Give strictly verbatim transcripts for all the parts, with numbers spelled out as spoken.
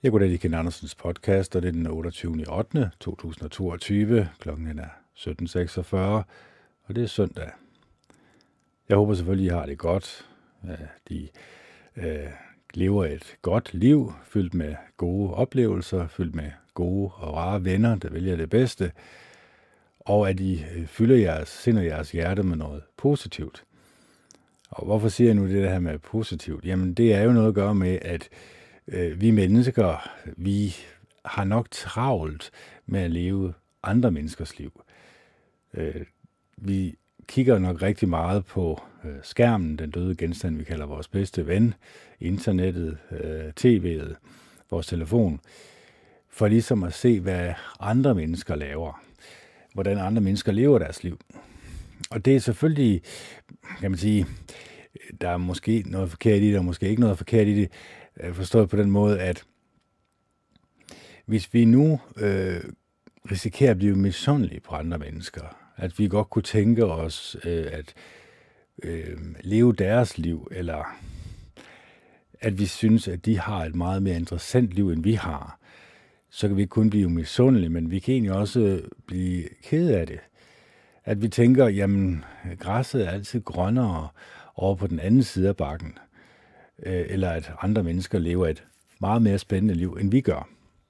Jeg går til Ken Andersens podcast, og det er den otteogtyvende ottende to tusind og toogtyve. Klokken er sytten seksogfyrre, og det er søndag. Jeg håber selvfølgelig, at I har det godt. De øh, lever et godt liv, fyldt med gode oplevelser, fyldt med gode og rare venner, der vælger det bedste, og at I fylder jeres sind og jeres hjerte med noget positivt. Og hvorfor siger jeg nu det her med positivt? Jamen, det er jo noget at gøre med, at øh, vi mennesker, vi har nok travlt med at leve andre menneskers liv. Øh, vi kigger nok rigtig meget på øh, skærmen, den døde genstand, vi kalder vores bedste ven, internettet, øh, tv'et, vores telefon, for ligesom at se, hvad andre mennesker laver, hvordan andre mennesker lever deres liv. Og det er selvfølgelig, kan man sige, der er måske noget forkert i det, og måske ikke noget forkert i det, forstået på den måde, at hvis vi nu øh, risikerer at blive misundelige på andre mennesker, at vi godt kunne tænke os øh, at øh, leve deres liv, eller at vi synes, at de har et meget mere interessant liv, end vi har, så kan vi ikke kun blive misundelige, men vi kan egentlig også blive ked af det. At vi tænker, jamen, græsset er altid grønnere over på den anden side af bakken, øh, eller at andre mennesker lever et meget mere spændende liv, end vi gør.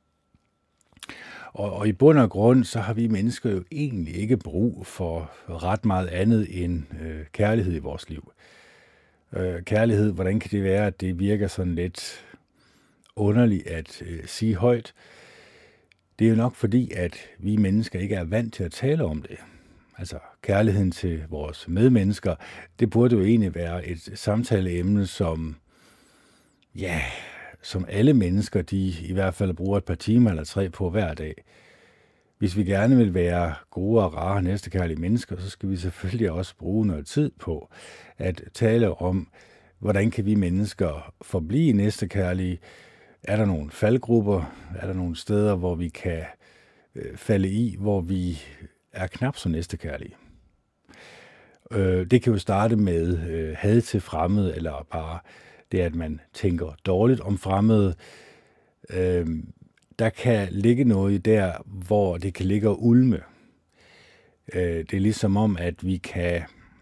Og, og i bund og grund, så har vi mennesker jo egentlig ikke brug for ret meget andet end øh, kærlighed i vores liv. Øh, kærlighed, hvordan kan det være, at det virker sådan lidt underligt at øh, sige højt? Det er jo nok fordi, at vi mennesker ikke er vant til at tale om det. Altså kærligheden til vores medmennesker, det burde jo egentlig være et samtaleemne, som, ja, som alle mennesker, de i hvert fald bruger et par timer eller tre på hver dag. Hvis vi gerne vil være gode og rare næstekærlige mennesker, så skal vi selvfølgelig også bruge noget tid på at tale om, hvordan kan vi mennesker forblive næstekærlige. Er der nogle faldgrupper? Er der nogle steder, hvor vi kan øh, falde i, hvor vi er knap så næstekærlige? Øh, det kan jo starte med øh, had til fremmede, eller bare det, at man tænker dårligt om fremmede. Øh, der kan ligge noget der, hvor det kan ligge og ulme. Øh, det er ligesom om, at vi kan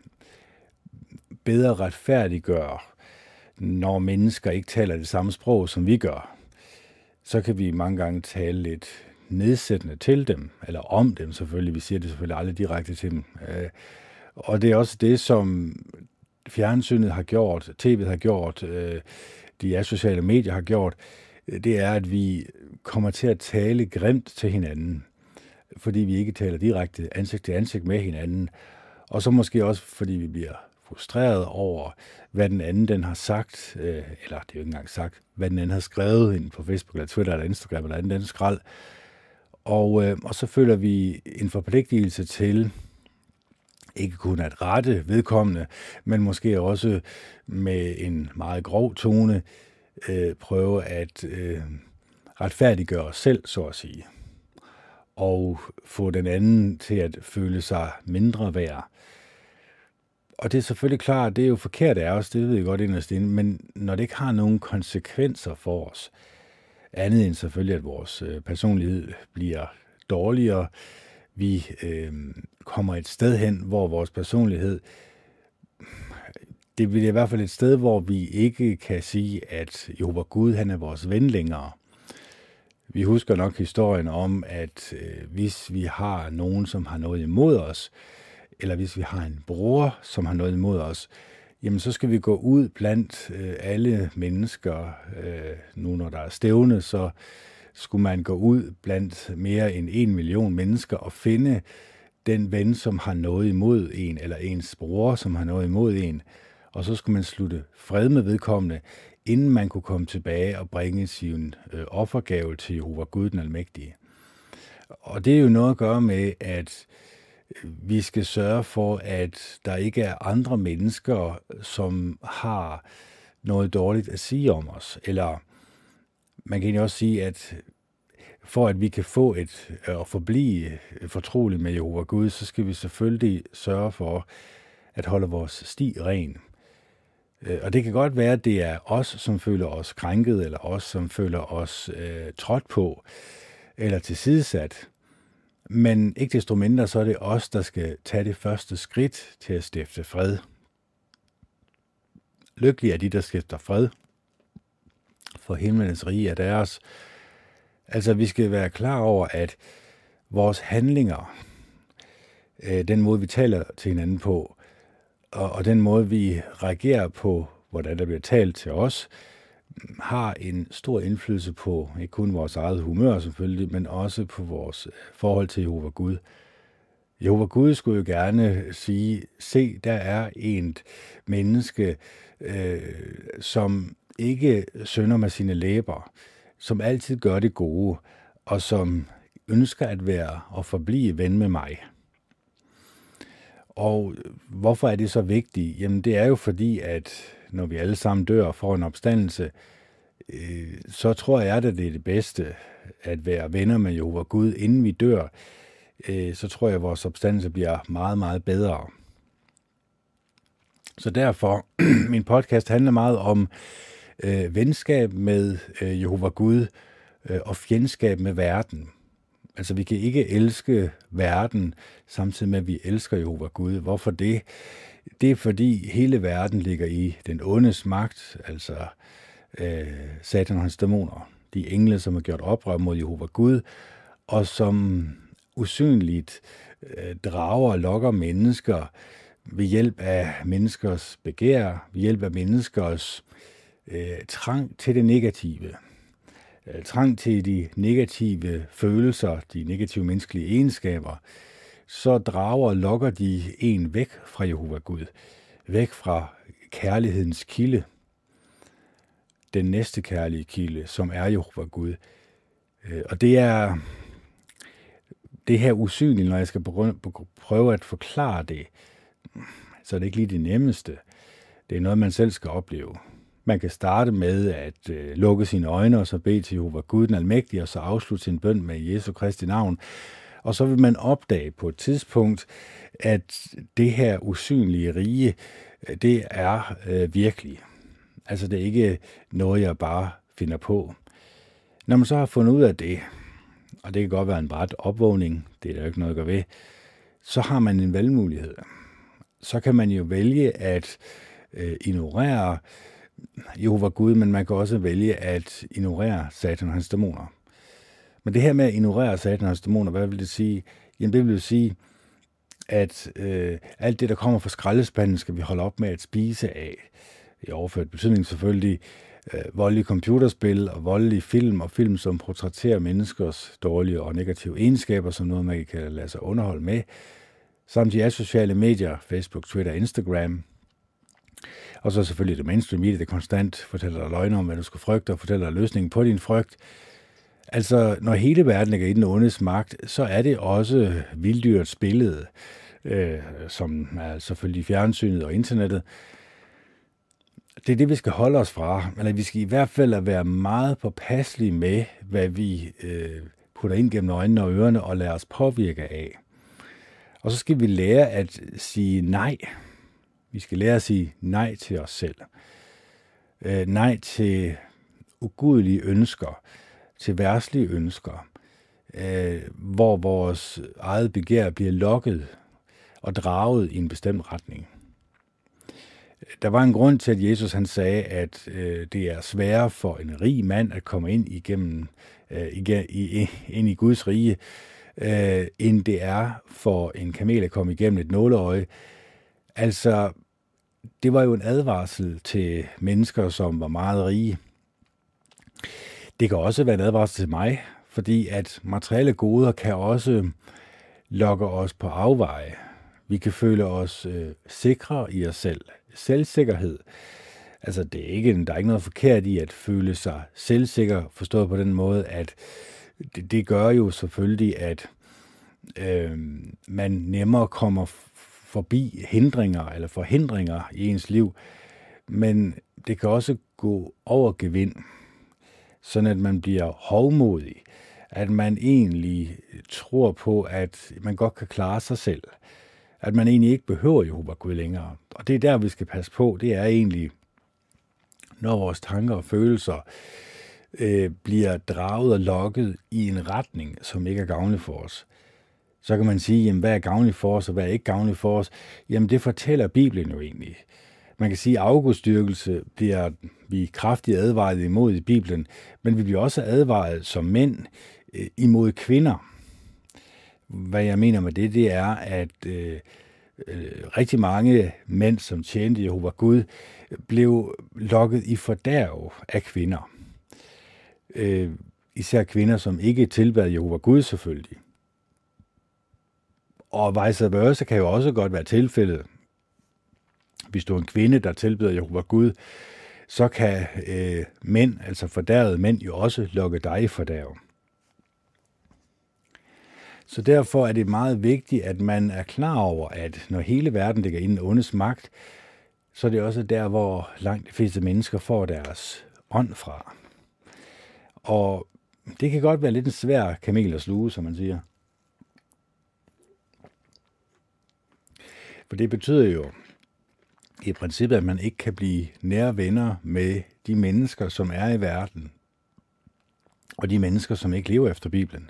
bedre retfærdiggøre, når mennesker ikke taler det samme sprog, som vi gør. Så kan vi mange gange tale lidt nedsættende til dem, eller om dem selvfølgelig. Vi siger det selvfølgelig aldrig direkte til dem. Øh, og det er også det, som fjernsynet har gjort, tv'et har gjort, øh, de asociale medier har gjort. Det er, at vi kommer til at tale grimt til hinanden, fordi vi ikke taler direkte ansigt til ansigt med hinanden. Og så måske også, fordi vi bliver frustreret over, hvad den anden den har sagt, øh, eller det er jo ikke engang sagt, hvad den anden har skrevet ind på Facebook, eller Twitter, eller Instagram, eller anden, anden skrald. Og, øh, og så føler vi en forpligtelse til, ikke kun at rette vedkommende, men måske også med en meget grov tone, øh, prøve at øh, retfærdiggøre os selv, så at sige. Og få den anden til at føle sig mindre værd. Og det er selvfølgelig klart, det er jo forkert af os, det ved jeg godt inderst inde, men når det ikke har nogen konsekvenser for os, andet end selvfølgelig, at vores øh, personlighed bliver dårligere, vi øh, kommer et sted hen, hvor vores personlighed, det bliver i hvert fald et sted, hvor vi ikke kan sige, at Jehova Gud, han er vores ven længere. Vi husker nok historien om, at øh, hvis vi har nogen, som har noget imod os, eller hvis vi har en bror, som har noget imod os, jamen så skal vi gå ud blandt øh, alle mennesker. Øh, nu når der er stævne, så skulle man gå ud blandt mere end en million mennesker og finde den ven, som har noget imod en, eller ens bror, som har noget imod en. Og så skulle man slutte fred med vedkommende, inden man kunne komme tilbage og bringe sin øh, offergave til Jehova Gud den Almægtige. Og det er jo noget at gøre med, at vi skal sørge for, at der ikke er andre mennesker, som har noget dårligt at sige om os. Eller man kan jo også sige, at for at vi kan få et og forblive fortrolige med Jehova Gud, så skal vi selvfølgelig sørge for at holde vores sti ren. Og det kan godt være, at det er os, som føler os krænket, eller os, som føler os øh, trådt på, eller tilsidesat. Men ikke desto mindre, så er det os, der skal tage det første skridt til at stifte fred. Lykkelige er de, der stifter fred, for himlenes rige er deres. Altså, vi skal være klar over, at vores handlinger, øh, den måde, vi taler til hinanden på, og, og den måde, vi reagerer på, hvordan der bliver talt til os, har en stor indflydelse på ikke kun vores eget humør selvfølgelig, men også på vores forhold til Jehova Gud. Jehova Gud skulle jo gerne sige, se, der er et menneske, øh, som ikke synder med sine læber, som altid gør det gode, og som ønsker at være og forblive ven med mig. Og hvorfor er det så vigtigt? Jamen det er jo fordi, at når vi alle sammen dør for en opstandelse, øh, så tror jeg, at det er det bedste at være venner med Jehova Gud, inden vi dør. Øh, så tror jeg, at vores opstandelse bliver meget, meget bedre. Så derfor, min podcast handler meget om øh, venskab med øh, Jehova Gud øh, og fjendskab med verden. Altså, vi kan ikke elske verden, samtidig med, at vi elsker Jehova Gud. Hvorfor det? Det er, fordi hele verden ligger i den ondes magt, altså øh, Satan og hans dæmoner. De engle, som har gjort oprør mod Jehova Gud, og som usynligt øh, drager og lokker mennesker ved hjælp af menneskers begær, ved hjælp af menneskers øh, trang til det negative. Trang til de negative følelser, de negative menneskelige egenskaber, så drager og lokker de en væk fra Jehova Gud, væk fra kærlighedens kilde, den næste kærlige kilde, som er Jehova Gud. Og det er det her usynlige, når jeg skal prøve at forklare det, så er det ikke lige det nemmeste. Det er noget, man selv skal opleve. Man kan starte med at øh, lukke sine øjne og så bede til Jehova Gud den Almægtige, og så afslutte sin bøn med Jesu Kristi navn. Og så vil man opdage på et tidspunkt, at det her usynlige rige, det er øh, virkelig. Altså det er ikke noget, jeg bare finder på. Når man så har fundet ud af det, og det kan godt være en brat opvågning, det er der jo ikke noget at gøre ved, så har man en valgmulighed. Så kan man jo vælge at øh, ignorere Jehova Gud, men man kan også vælge at ignorere Satan og hans dæmoner. Men det her med at ignorere Satan og hans dæmoner, hvad vil det sige? Jamen det vil sige, at øh, alt det, der kommer fra skraldespanden, skal vi holde op med at spise af. I overført betydning selvfølgelig øh, voldelige computerspil og voldelige film og film, som portrætterer menneskers dårlige og negative egenskaber, som noget, man ikke kan lade sig underholde med. Samtidig er sociale medier, Facebook, Twitter, Instagram, og så selvfølgelig det mainstream media, det konstant fortæller dig løgner om, hvad du skal frygte, og fortæller dig løsningen på din frygt. Altså, når hele verden ligger i den ondes magt, så er det også vilddyrets billede, øh, som er selvfølgelig fjernsynet og internettet. Det er det, vi skal holde os fra. Eller vi skal i hvert fald være meget påpasselige med, hvad vi øh, putter ind gennem øjnene og ørerne og lader os påvirke af. Og så skal vi lære at sige nej. Vi skal lære at sige nej til os selv. Øh, nej til ugudelige ønsker, til verdslige ønsker, øh, hvor vores eget begær bliver lokket og draget i en bestemt retning. Der var en grund til, at Jesus han sagde, at øh, det er sværere for en rig mand at komme ind igennem øh, igen, i, ind i Guds rige, øh, end det er for en kamel at komme igennem et nåleøje. Altså, det var jo en advarsel til mennesker, som var meget rige. Det kan også være en advarsel til mig, fordi at materielle goder kan også lokke os på afveje. Vi kan føle os øh, sikre i os selv. Selvsikkerhed. Altså, det er ikke, der er ikke noget forkert i at føle sig selvsikker, forstået på den måde, at det, det gør jo selvfølgelig, at øh, man nemmere kommer forbi hindringer eller forhindringer i ens liv, men det kan også gå over gevind, sådan at man bliver hovmodig, at man egentlig tror på, at man godt kan klare sig selv, at man egentlig ikke behøver Jehova Gud længere. Og det er der, vi skal passe på, det er egentlig når vores tanker og følelser øh, bliver draget og lokket i en retning, som ikke er gavnlig for os. Så kan man sige, jamen, hvad er gavnligt for os, og hvad er ikke gavnligt for os? Jamen, det fortæller Bibelen jo egentlig. Man kan sige, at afgudstyrkelse bliver vi kraftigt advaret imod i Bibelen, men vi bliver også advaret som mænd øh, imod kvinder. Hvad jeg mener med det, det er, at øh, øh, rigtig mange mænd, som tjente Jehova Gud, blev lokket i fordærv af kvinder. Øh, især kvinder, som ikke tilbad Jehova Gud selvfølgelig. Og vice versa kan jo også godt være tilfældet. Hvis du er en kvinde, der tilbeder Jehova Gud, så kan øh, mænd, altså fordærvede mænd, jo også lokke dig i fordærv. Så derfor er det meget vigtigt, at man er klar over, at når hele verden ligger inden ondes magt, så er det også der, hvor langt de fleste mennesker får deres ånd fra. Og det kan godt være lidt en svær kamel at sluge, som man siger. For det betyder jo i princippet, at man ikke kan blive nære venner med de mennesker, som er i verden, og de mennesker, som ikke lever efter Bibelen.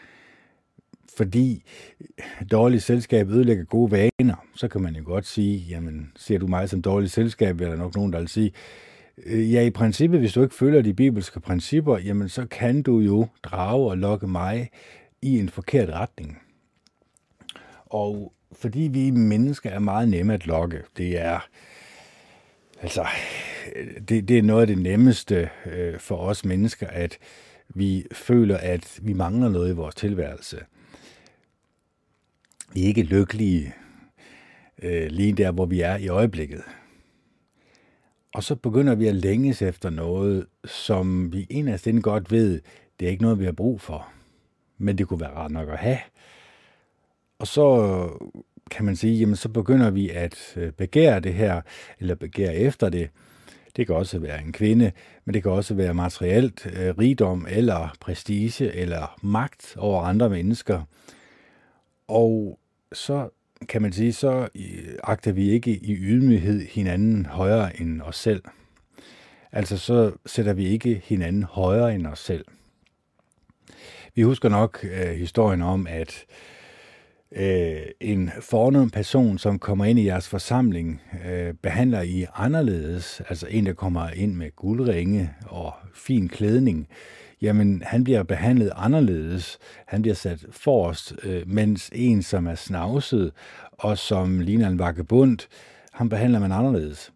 Fordi dårligt selskab ødelægger gode vaner, så kan man jo godt sige, jamen, ser du mig som dårligt selskab, vil der nok nogen, der vil sige, ja, i princippet, hvis du ikke følger de bibelske principper, jamen, så kan du jo drage og lokke mig i en forkert retning. Og fordi vi mennesker er meget nemme at lokke, det er, altså, det, det er noget af det nemmeste øh, for os mennesker, at vi føler, at vi mangler noget i vores tilværelse. Vi er ikke lykkelige øh, lige der, hvor vi er i øjeblikket. Og så begynder vi at længes efter noget, som vi inderst inde godt ved, det er ikke noget, vi har brug for. Men det kunne være rart nok at have. Og så kan man sige, jamen så begynder vi at begære det her, eller begære efter det. Det kan også være en kvinde, men det kan også være materielt øh, rigdom, eller prestige, eller magt over andre mennesker. Og så kan man sige, så agter vi ikke i ydmyghed hinanden højere end os selv. Altså så sætter vi ikke hinanden højere end os selv. Vi husker nok øh, historien om, at øh, en fornem person, som kommer ind i jeres forsamling, øh, behandler I anderledes. Altså en, der kommer ind med guldringe og fin klædning. Jamen, han bliver behandlet anderledes. Han bliver sat forrest, øh, mens en, som er snavset og som ligner en vagabond, han behandler man anderledes.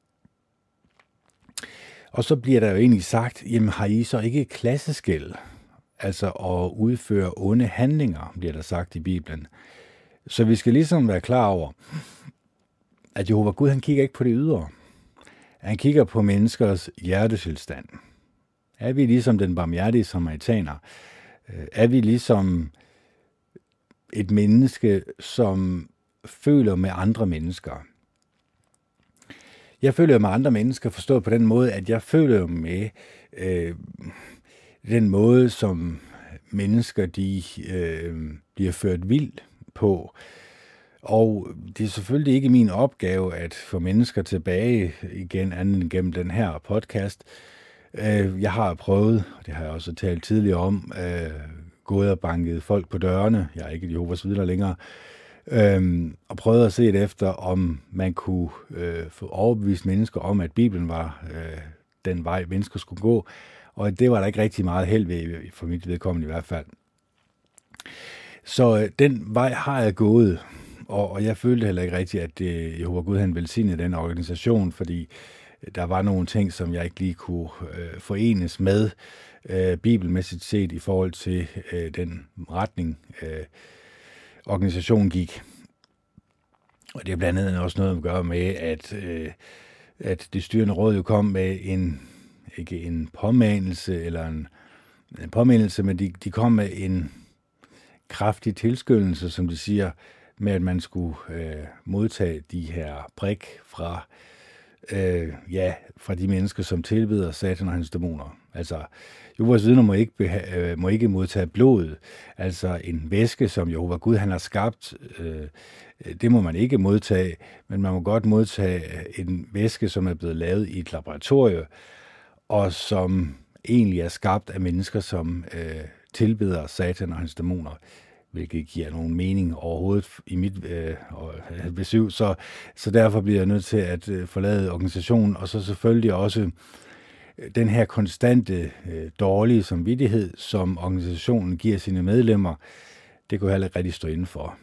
Og så bliver der jo egentlig sagt, jamen har I så ikke klasseskel? Altså at udføre onde handlinger, bliver der sagt i Bibelen. Så vi skal ligesom være klar over, at Jehova Gud, han kigger ikke på det ydre. Han kigger på menneskers hjertetilstand. Er vi ligesom den barmhjertige samaritaner? Er vi ligesom et menneske, som føler med andre mennesker? Jeg føler med andre mennesker forstået på den måde, at jeg føler med øh, den måde, som mennesker de øh, bliver ført vildt på. Og det er selvfølgelig ikke min opgave at få mennesker tilbage igen, andet end gennem den her podcast. Jeg har prøvet, og det har jeg også talt tidligere om, øh, gået og banket folk på dørene, jeg er ikke Jehovas vidner længere, øh, og prøvet at se det efter, om man kunne øh, få overbevist mennesker om, at Bibelen var øh, den vej, mennesker skulle gå, og det var der ikke rigtig meget held ved, for mit vedkommende i hvert fald. Så øh, den vej har jeg gået, og, og jeg følte heller ikke rigtigt, at øh, Jehova Gud han velsignede den organisation, fordi der var nogle ting, som jeg ikke lige kunne øh, forenes med øh, bibelmæssigt set i forhold til øh, den retning, øh, organisationen gik. Og det er blandt andet også noget at gøre med, at, øh, at det styrende råd jo kom med en, ikke en påmindelse, eller en, en påmindelse, men de, de kom med en kraftig tilskyndelse, som de siger, med at man skulle øh, modtage de her prik fra Øh, ja, fra de mennesker, som tilbeder Satan og hans dæmoner. Altså, Jehovas vidner må ikke, beha- øh, må ikke modtage blodet. Altså en væske, som Jehova Gud han har skabt, øh, det må man ikke modtage, men man må godt modtage en væske, som er blevet lavet i et laboratorium, og som egentlig er skabt af mennesker, som øh, tilbeder Satan og hans dæmoner, hvilket ikke giver nogen mening overhovedet i mit øh, besøg. Så, så derfor bliver jeg nødt til at øh, forlade organisationen, og så selvfølgelig også den her konstante øh, dårlige samvittighed, som organisationen giver sine medlemmer, det kunne jeg heller ikke rigtig stå inden for.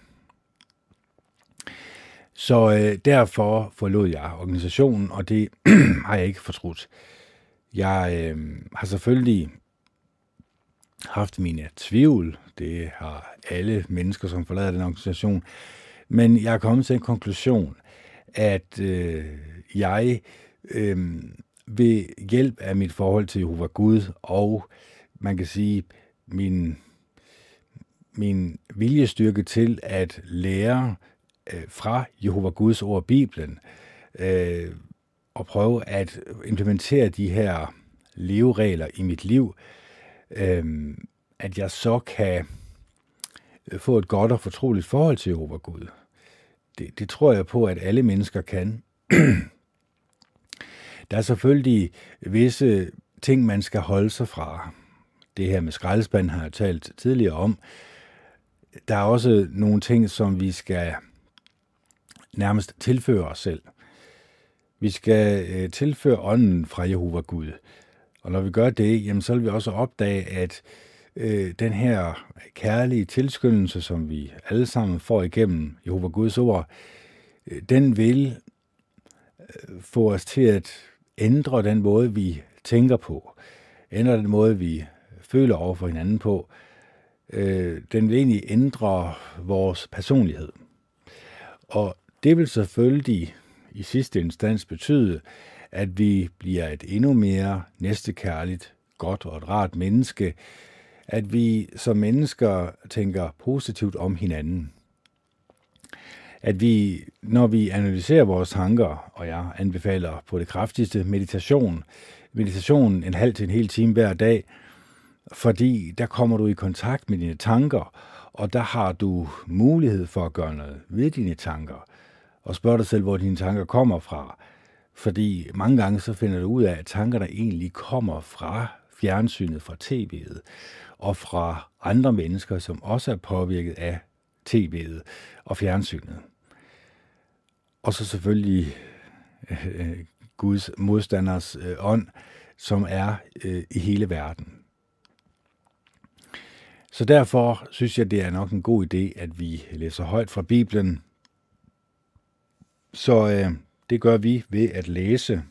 Så øh, derfor forlod jeg organisationen, og det har jeg ikke fortrudt. Jeg øh, har selvfølgelig haft mine tvivl. Det har alle mennesker, som forlader den organisation. Men jeg er kommet til en konklusion, at øh, jeg øh, ved hjælp af mit forhold til Jehova Gud, og man kan sige min, min viljestyrke til at lære øh, fra Jehova Guds ord Bibelen, øh, og prøve at implementere de her leveregler i mit liv, øh, at jeg så kan få et godt og fortroligt forhold til Jehova Gud. Det, det tror jeg på, at alle mennesker kan. Der er selvfølgelig visse ting, man skal holde sig fra. Det her med skraldespand har jeg talt tidligere om. Der er også nogle ting, som vi skal nærmest tilføre os selv. Vi skal tilføre ånden fra Jehova Gud. Og når vi gør det, jamen, så vil vi også opdage, at øh, den her kærlige tilskyndelse, som vi alle sammen får igennem Jehova Guds ord, øh, den vil øh, få os til at ændre den måde, vi tænker på. Ændre den måde, vi føler over for hinanden på. Øh, den vil egentlig ændre vores personlighed. Og det vil selvfølgelig i sidste instans betyde, at vi bliver et endnu mere næstekærligt, godt og et rart menneske, at vi som mennesker tænker positivt om hinanden. At vi, når vi analyserer vores tanker, og jeg anbefaler på det kraftigste meditation, meditation en halv til en hel time hver dag, fordi der kommer du i kontakt med dine tanker, og der har du mulighed for at gøre noget ved dine tanker, og spørge dig selv, hvor dine tanker kommer fra. Fordi mange gange så finder du ud af, at tankerne egentlig kommer fra fjernsynet, fra tv'et, og fra andre mennesker, som også er påvirket af tv'et og fjernsynet. Og så selvfølgelig øh, Guds modstanders øh, ånd, som er øh, i hele verden. Så derfor synes jeg, det er nok en god idé, at vi læser højt fra Bibelen. Så øh, det gør vi ved at læse.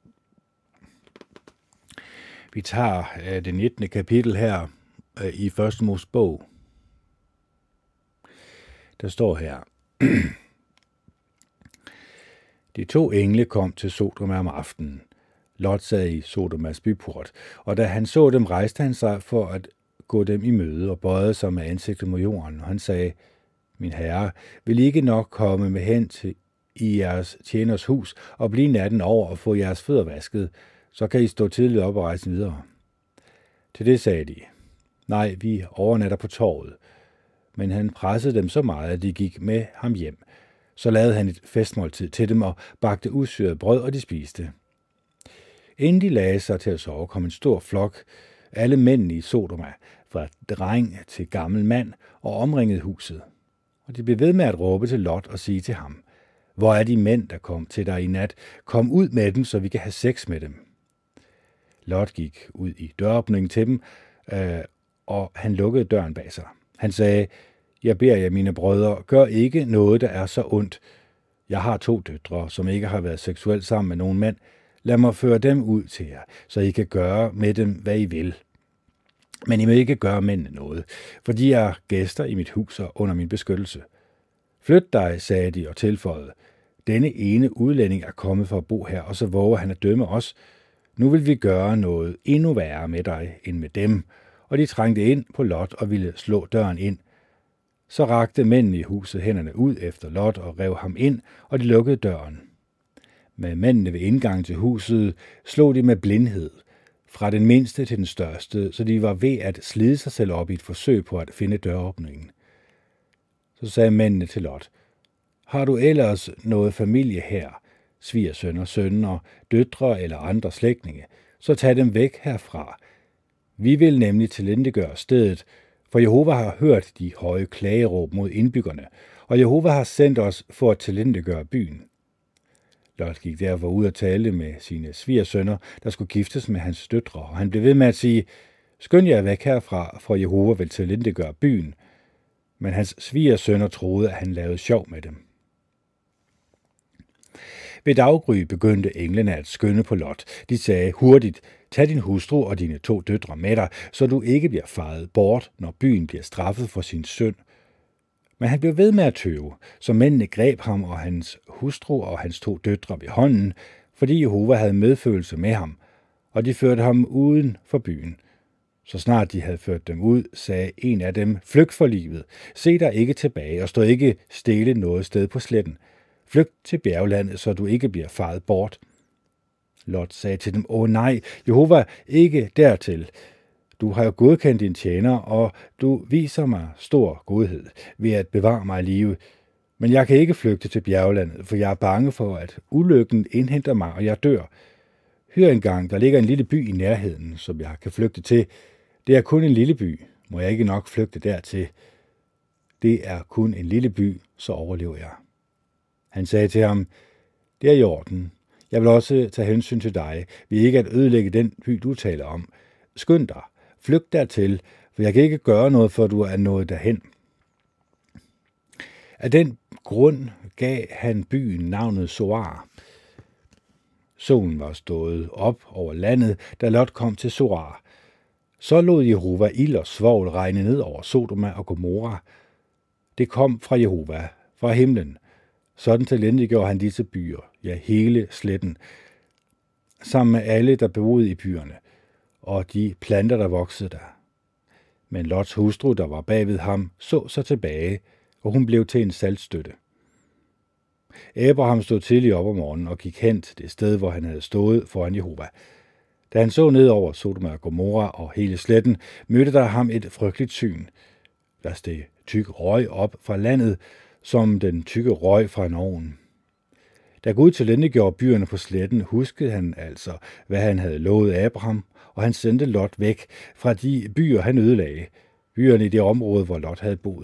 Vi tager øh, det nittende kapitel her øh, i første Mosebog. Der står her: De to engle kom til Sodoma om aftenen. Lot sad i Sodomas byport, og da han så dem, rejste han sig for at gå dem i møde og bøjede sig med ansigtet mod jorden. Og han sagde: Min herre, vil I ikke nok komme med hen til i jeres tjeners hus og blive natten over og få jeres fødder vasket, så kan I stå tidligt op og rejse videre. Til det sagde de: Nej, vi overnatter på torvet. Men han pressede dem så meget, at de gik med ham hjem. Så lavede han et festmåltid til dem og bagte usyret brød, og de spiste. Inden de lagde sig til at sove, kom en stor flok, alle mændene i Sodoma, fra dreng til gammel mand, og omringede huset. Og de blev ved med at råbe til Lot og sige til ham: Hvor er de mænd, der kom til dig i nat? Kom ud med dem, så vi kan have sex med dem. Lot gik ud i døråbningen til dem, øh, og han lukkede døren bag sig. Han sagde: Jeg beder jer, mine brødre, gør ikke noget, der er så ondt. Jeg har to døtre, som ikke har været seksuelt sammen med nogen mand. Lad mig føre dem ud til jer, så I kan gøre med dem, hvad I vil. Men I må ikke gøre mændene noget, for de er gæster i mit hus og under min beskyttelse. Flyt dig, sagde de og tilføjede: Denne ene udlænding er kommet for at bo her, og så våger han at dømme os. Nu vil vi gøre noget endnu værre med dig end med dem. Og de trængte ind på Lot og ville slå døren ind. Så rakte mændene i huset hænderne ud efter Lot og rev ham ind, og de lukkede døren. Med mændene ved indgangen til huset slog de med blindhed, fra den mindste til den største, så de var ved at slide sig selv op i et forsøg på at finde døråbningen. Så sagde mændene til Lot: Har du ellers noget familie her, svigersønner, sønner, døtre eller andre slægtninge, så tag dem væk herfra. Vi vil nemlig tilintetgøre stedet, for Jehova har hørt de høje klageråb mod indbyggerne, og Jehova har sendt os for at tilintetgøre byen. Lot gik derfor ud og talte med sine svigersønner, der skulle giftes med hans døtre, og han blev ved med at sige: Skynd jer væk herfra, for Jehova vil tilintetgøre byen. Men hans svigersønner troede, at han lavede sjov med dem. Ved daggry begyndte englene at skynde på Lot. De sagde: Hurtigt, tag din hustru og dine to døtre med dig, så du ikke bliver faret bort, når byen bliver straffet for sin synd. Men han blev ved med at tøve, så mændene greb ham og hans hustru og hans to døtre ved hånden, fordi Jehova havde medfølelse med ham, og de førte ham uden for byen. Så snart de havde ført dem ud, sagde en af dem: Flygt for livet, se dig ikke tilbage og stå ikke stille noget sted på sletten. Flygt til bjerglandet, så du ikke bliver faret bort. Lot sagde til dem: Åh nej, Jehova, ikke dertil. Du har jo godkendt din tjener, og du viser mig stor godhed ved at bevare mig i live. Men jeg kan ikke flygte til bjerglandet, for jeg er bange for, at ulykken indhenter mig, og jeg dør. Hør engang, der ligger en lille by i nærheden, som jeg kan flygte til. Det er kun en lille by. Må jeg ikke nok flygte dertil? Det er kun en lille by, så overlever jeg. Han sagde til ham: Det er i orden. Jeg vil også tage hensyn til dig, ved ikke at ødelægge den by, du taler om. Skynd dig, flygt dertil, for jeg kan ikke gøre noget, for du er nået derhen. Af den grund gav han byen navnet Zoar. Solen var stået op over landet, da Lot kom til Zoar. Så lod Jehova ild og svovl regne ned over Sodoma og Gomorra. Det kom fra Jehova, fra himlen. Sådan tilintetgjorde han disse byer, ja, hele sletten, sammen med alle, der boede i byerne, og de planter, der voksede der. Men Lots hustru, der var bagved ham, så sig tilbage, og hun blev til en saltstøtte. Abraham stod tidligt op om morgenen og gik hen til det sted, hvor han havde stået foran Jehova. Da han så ned over Sodoma og Gomorra og hele sletten, mødte der ham et frygteligt syn. Der steg tyk røg op fra landet, som den tykke røg fra en ovn. Da Gud tilintetgjorde byerne på sletten, huskede han altså, hvad han havde lovet Abraham, og han sendte Lot væk fra de byer, han ødelagde, byerne i det område, hvor Lot havde boet.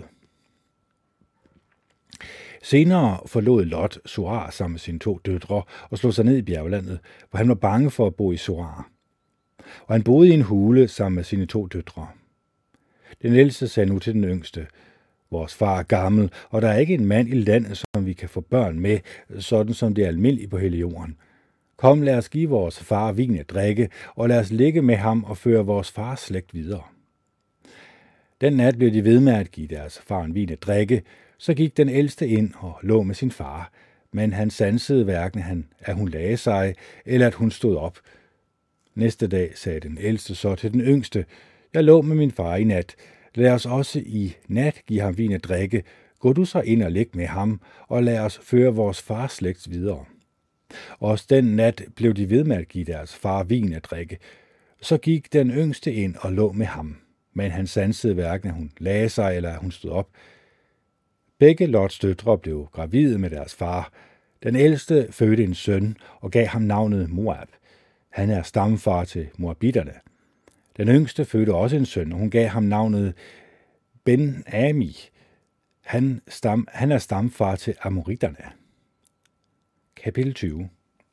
Senere forlod Lot Zoar sammen med sine to døtre og slog sig ned i bjerglandet, hvor han var bange for at bo i Zoar. Og han boede i en hule sammen med sine to døtre. Den ældste sagde nu til den yngste: Vores far er gammel, og der er ikke en mand i landet, som vi kan få børn med, sådan som det er almindeligt på hele jorden. Kom, lad os give vores far vin at drikke, og lad os ligge med ham og føre vores fars slægt videre. Den nat blev de ved med at give deres far en vin at drikke. Så gik den ældste ind og lå med sin far, men han sansede hverken, han, at hun lagde sig, eller at hun stod op. Næste dag sagde den ældste så til den yngste: Jeg lå med min far i nat. Lad os også i nat give ham vin at drikke. Gå du så ind og læg med ham, og lad os føre vores fars slægt videre. Også den nat blev de ved med at give deres far vin at drikke. Så gik den yngste ind og lå med ham, men han sansede hverken, at hun lagde sig, eller at hun stod op. Begge Lots døtre blev gravide med deres far. Den ældste fødte en søn og gav ham navnet Moab. Han er stamfar til Moabitterne. Den yngste fødte også en søn, og hun gav ham navnet Ben-Ami. Han, stam, han er stamfar til Amoritterne. Kapitel tyve.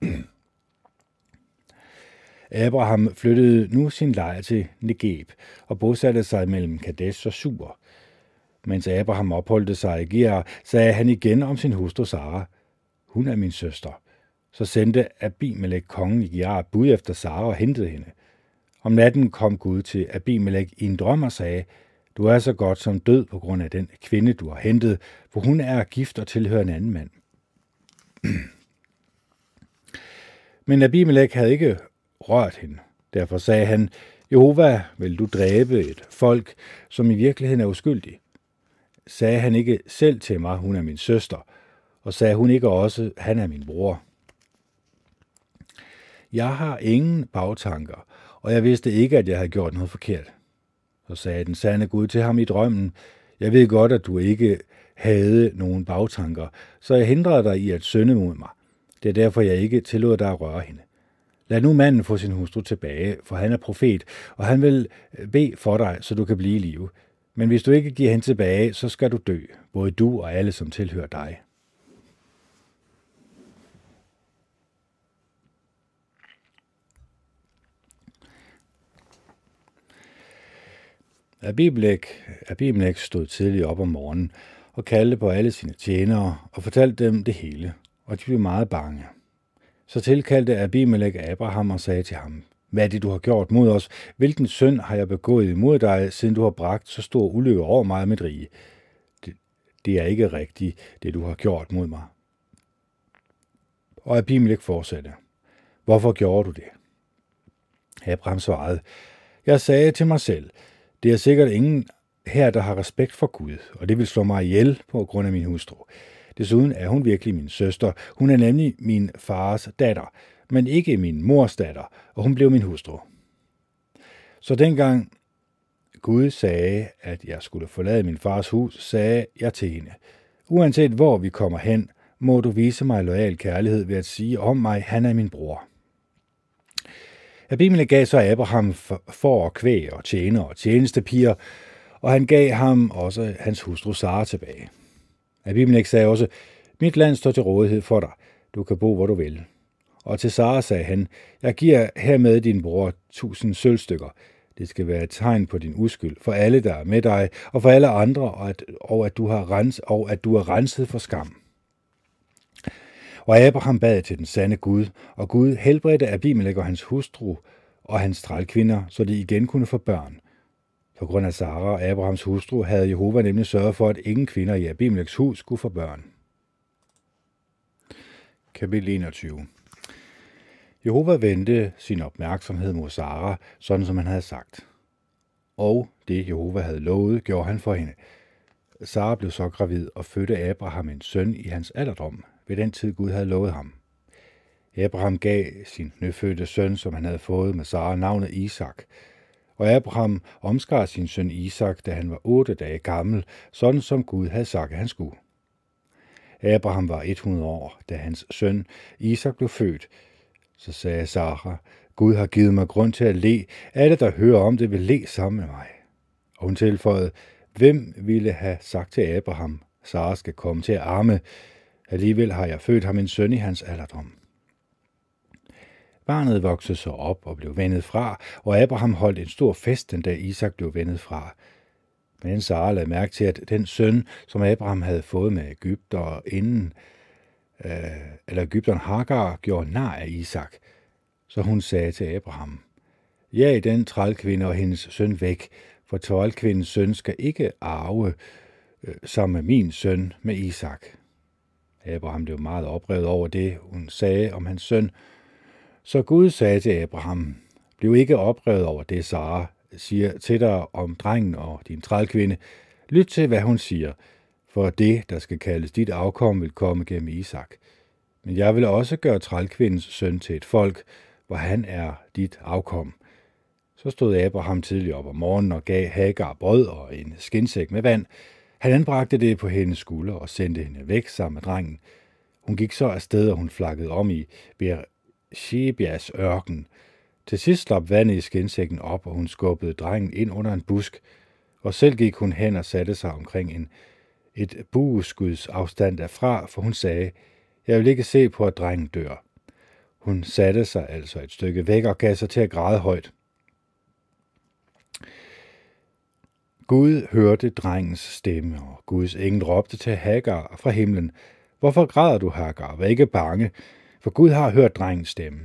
Abraham flyttede nu sin lejr til Negeb og bosatte sig mellem Kadesh og Sur. Mens Abraham opholdte sig i Gerar, sagde han igen om sin hustru Sara: Hun er min søster. Så sendte Abimelek kongen i Gerar bud efter Sara og hentede hende. Om natten kom Gud til Abimelek i en drøm og sagde: Du er så godt som død på grund af den kvinde, du har hentet, for hun er gift og tilhører en anden mand. Men Abimelek havde ikke rørt hende. Derfor sagde han: Jehova, vil du dræbe et folk, som i virkeligheden er uskyldig? Sagde han ikke selv til mig, hun er min søster, og sagde hun ikke også, han er min bror? Jeg har ingen bagtanker, og jeg vidste ikke, at jeg havde gjort noget forkert. Så sagde den sande Gud til ham i drømmen, jeg ved godt, at du ikke havde nogen bagtanker, så jeg hindrede dig i at synde mod mig. Det er derfor, jeg ikke tillod dig at røre hende. Lad nu manden få sin hustru tilbage, for han er profet, og han vil bede for dig, så du kan blive i live. Men hvis du ikke giver hende tilbage, så skal du dø, både du og alle, som tilhører dig. Abimelek, Abimelek stod tidligt op om morgenen og kaldte på alle sine tjenere og fortalte dem det hele, og de blev meget bange. Så tilkaldte Abimelek Abraham og sagde til ham, hvad er det, du har gjort mod os? Hvilken synd har jeg begået imod dig, siden du har bragt så stor ulykke over mig og mit rige? Det, det er ikke rigtigt, det du har gjort mod mig. Og Abimelek fortsatte, hvorfor gjorde du det? Abraham svarede, jeg sagde til mig selv, det er sikkert ingen her, der har respekt for Gud, og det vil slå mig ihjel på grund af min hustru. Desuden er hun virkelig min søster. Hun er nemlig min fars datter, men ikke min mors datter, og hun blev min hustru. Så dengang Gud sagde, at jeg skulle forlade min fars hus, sagde jeg til hende, uanset hvor vi kommer hen, må du vise mig loyal kærlighed ved at sige om mig, han er min bror. Abimelek gav så Abraham får og kvæg og tjener og tjenestepiger, og han gav ham også hans hustru Sara tilbage. Abimelek sagde også, mit land står til rådighed for dig. Du kan bo, hvor du vil. Og til Sara sagde han, jeg giver hermed din bror tusind sølvstykker. Det skal være et tegn på din uskyld for alle, der er med dig, og for alle andre, og at, og at, du, har rens, og at du er renset for skam. Og Abraham bad til den sande Gud, og Gud helbredte Abimelek og hans hustru og hans trælkvinder, så de igen kunne få børn. På grund af Sara, Abrahams hustru, havde Jehova nemlig sørget for, at ingen kvinder i Abimeleks hus skulle få børn. Kapitel enogtyve. Jehova vendte sin opmærksomhed mod Sara, sådan som han havde sagt. Og det Jehova havde lovet, gjorde han for hende. Sara blev så gravid og fødte Abraham en søn i hans alderdom, ved den tid Gud havde lovet ham. Abraham gav sin nyfødte søn, som han havde fået med Sara, navnet Isak. Og Abraham omskar sin søn Isak, da han var otte dage gammel, sådan som Gud havde sagt, at han skulle. Abraham var hundrede år, da hans søn Isak blev født. Så sagde Sara, Gud har givet mig grund til at le. Alle, der hører om det, vil le sammen med mig. Og hun tilføjede, hvem ville have sagt til Abraham, Sara skal komme til at arme? Alligevel har jeg født ham en søn i hans alderdom. Barnet voksede så op og blev vendet fra, og Abraham holdt en stor fest, den dag Isak blev vendet fra. Men Sara lagde mærke til, at den søn, som Abraham havde fået med Egypter inden, øh, eller Egypteren Hagar, gjorde nar af Isak. Så hun sagde til Abraham, ja, den trælkvinde og hendes søn væk, for trælkvindens søn skal ikke arve øh, sammen med min søn med Isak. Abraham blev meget oprevet over det, hun sagde om hans søn. Så Gud sagde til Abraham, bliv ikke oprevet over det, Sara siger til dig om drengen og din trælkvinde. Lyt til, hvad hun siger, for det, der skal kaldes dit afkom, vil komme gennem Isak. Men jeg vil også gøre trælkvindens søn til et folk, hvor han er dit afkom. Så stod Abraham tidligt op om morgenen og gav Hagar brød og en skindsæk med vand. Han anbragte det på hendes skulder og sendte hende væk sammen med drengen. Hun gik så afsted, og hun flakkede om i Beer-Shebias ørken. Til sidst slap vandet i skindsækken op, og hun skubbede drengen ind under en busk, og selv gik hun hen og satte sig omkring en, et bueskuds afstand derfra, for hun sagde, jeg vil ikke se på, at drengen dør. Hun satte sig altså et stykke væk og gav sig til at græde højt. Gud hørte drengens stemme, og Guds engel råbte til Hagar fra himlen, hvorfor græder du, Hagar? Vær ikke bange, for Gud har hørt drengens stemme.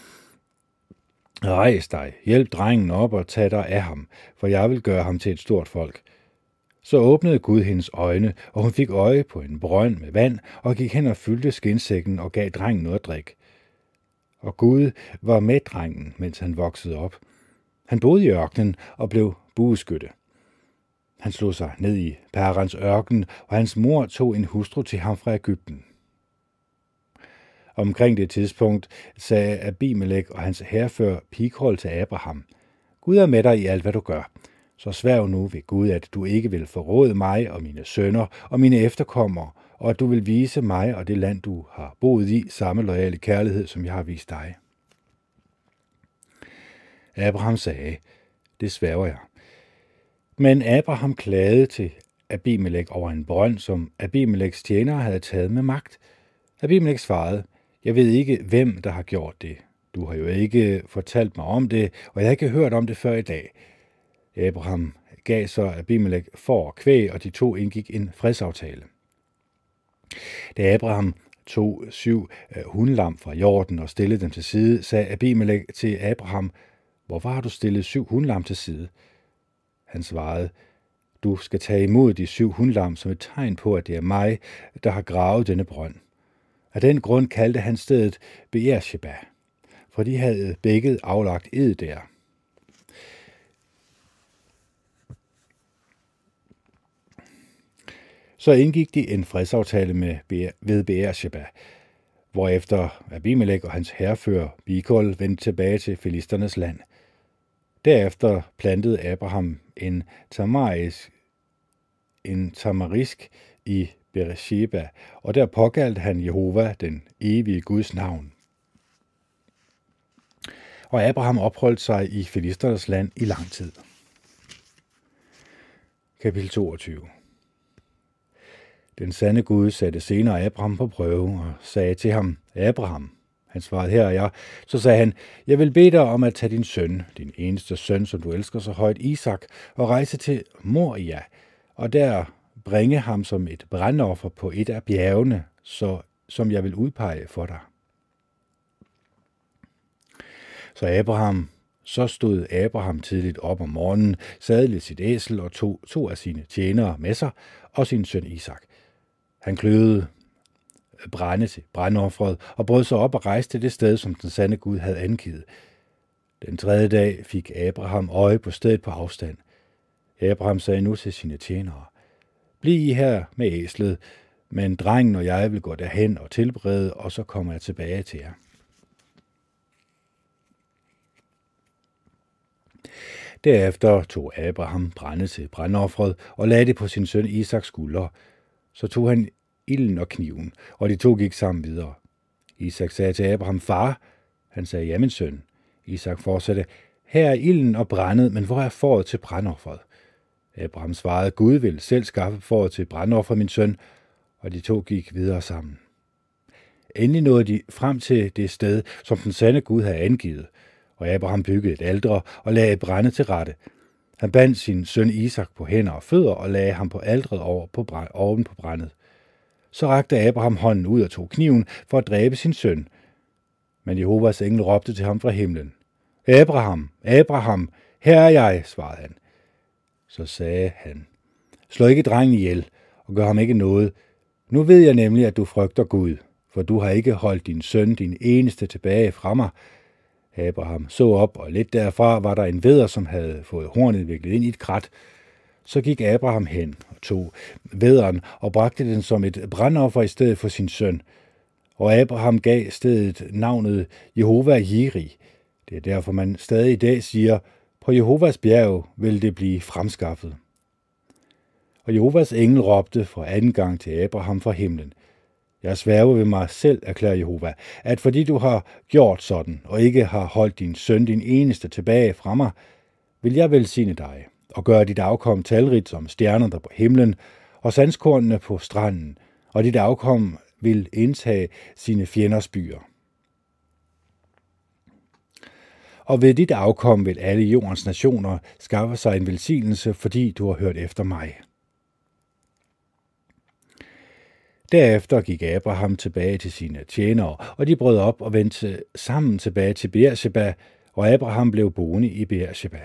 Rejs dig, hjælp drengen op og tag dig af ham, for jeg vil gøre ham til et stort folk. Så åbnede Gud hendes øjne, og hun fik øje på en brønd med vand, og gik hen og fyldte skindsækken og gav drengen noget at drikke. Og Gud var med drengen, mens han voksede op. Han boede i ørkenen og blev bueskytte. Han slog sig ned i Parans ørken, og hans mor tog en hustru til ham fra Egypten. Omkring det tidspunkt sagde Abimelek og hans hærfører Pikol til Abraham: Gud er med dig i alt, hvad du gør. Så sværg nu ved Gud, at du ikke vil forråde mig og mine sønner og mine efterkommere, og at du vil vise mig og det land, du har boet i, samme loyale kærlighed, som jeg har vist dig. Abraham sagde: Det sværger jeg. Men Abraham klagede til Abimelek over en brønd, som Abimeleks tjenere havde taget med magt. Abimelek svarede: Jeg ved ikke, hvem der har gjort det. Du har jo ikke fortalt mig om det, og jeg har ikke hørt om det før i dag. Abraham gav så Abimelek får og kvæg, og de to indgik en fredsaftale. Da Abraham tog syv hundlam fra jorden og stillede dem til side, sagde Abimelek til Abraham: Hvorfor har du stillet syv hundlam til side? Han svarede: Du skal tage imod de syv hundlam som et tegn på, at det er mig, der har gravet denne brønd. Af den grund kaldte han stedet Beersheba, for de havde begge aflagt ed der. Så indgik de en fredsaftale med ved Beersheba, hvorefter Abimelek og hans hærfører Pikol vendte tilbage til filisternes land. Derefter plantede Abraham en tamarisk, en tamarisk i Beersheba, og der påkaldte han Jehova, den evige Guds navn. Og Abraham opholdt sig i filisternes land i lang tid. Kapitel toogtyve. Den sande Gud satte senere Abraham på prøve og sagde til ham: Abraham. Han svarede: Her er jeg. Så sagde han: Jeg vil bede dig om at tage din søn, din eneste søn, som du elsker så højt, Isak, og rejse til Moria, og der bringe ham som et brandoffer på et af bjergene, så, som jeg vil udpege for dig. Så Abraham, så stod Abraham tidligt op om morgenen, sadlede sit æsel og tog to af sine tjenere med sig og sin søn Isak. Han kløvede brænde til brandofferet og brød sig op og rejste til det sted, som den sande Gud havde angivet. Den tredje dag fik Abraham øje på stedet på afstand. Abraham sagde nu til sine tjenere: Bliv I her med æslet, men drengen og jeg vil gå derhen og tilberede, og så kommer jeg tilbage til jer. Derefter tog Abraham brænde til brandofferet og lagde det på sin søn Isaks skuldre. Så tog han ilden og kniven, og de to gik sammen videre. Isak sagde til Abraham: Far. Han sagde: Ja, min søn. Isak fortsatte: Her er ilden og brændet, men hvor er fåret til brandofferet? Abraham svarede: Gud vil selv skaffe fåret til brandoffer, min søn, og de to gik videre sammen. Endelig nåede de frem til det sted, som den sande Gud havde angivet, og Abraham byggede et alter og lagde brænde til rette. Han bandt sin søn Isak på hænder og fødder og lagde ham på alteret over på brænd, oven på brændet. Så rakte Abraham hånden ud og tog kniven for at dræbe sin søn. Men Jehovas engel råbte til ham fra himlen: Abraham, Abraham, her er jeg, svarede han. Så sagde han: Slå ikke drengen ihjel, og gør ham ikke noget. Nu ved jeg nemlig, at du frygter Gud, for du har ikke holdt din søn, din eneste, tilbage fra mig. Abraham så op, og lidt derfra var der en vædder, som havde fået hornet viklet ind i et krat. Så gik Abraham hen og tog vædderen og bragte den som et brandoffer i stedet for sin søn. Og Abraham gav stedet navnet Jehova Jiri. Det er derfor, man stadig i dag siger: På Jehovas bjerg vil det blive fremskaffet. Og Jehovas engel råbte for anden gang til Abraham fra himlen: Jeg sværger ved mig selv, erklærer Jehova, at fordi du har gjort sådan, og ikke har holdt din søn, din eneste, tilbage fra mig, vil jeg velsigne dig, og gøre dit afkom talrigt som stjerner der på himlen, og sandskornene på stranden, og dit afkom vil indtage sine fjenders byer. Og ved dit afkom vil alle jordens nationer skaffe sig en velsignelse, fordi du har hørt efter mig. Derefter gik Abraham tilbage til sine tjenere, og de brød op og vendte sammen tilbage til Beersheba, og Abraham blev boende i Beersheba.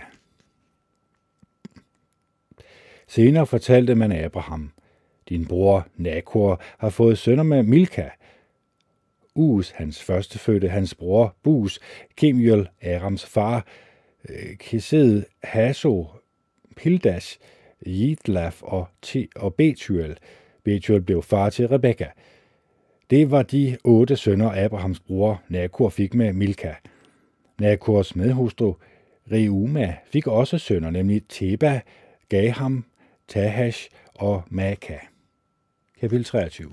Senere fortalte man Abraham: Din bror Nakor har fået sønner med Milka. Us, hans førstefødte, hans bror Bus, Kemuel, Arams far, Kesed, Haso, Pildash, Jidlaf og, og Betuel. Betuel blev far til Rebekka. Det var de otte sønner, Abrahams bror Nakor fik med Milka. Nakors medhustru Reuma fik også sønner, nemlig Teba, Gaham, Tahash og Maaka. Kapitel treogtyve.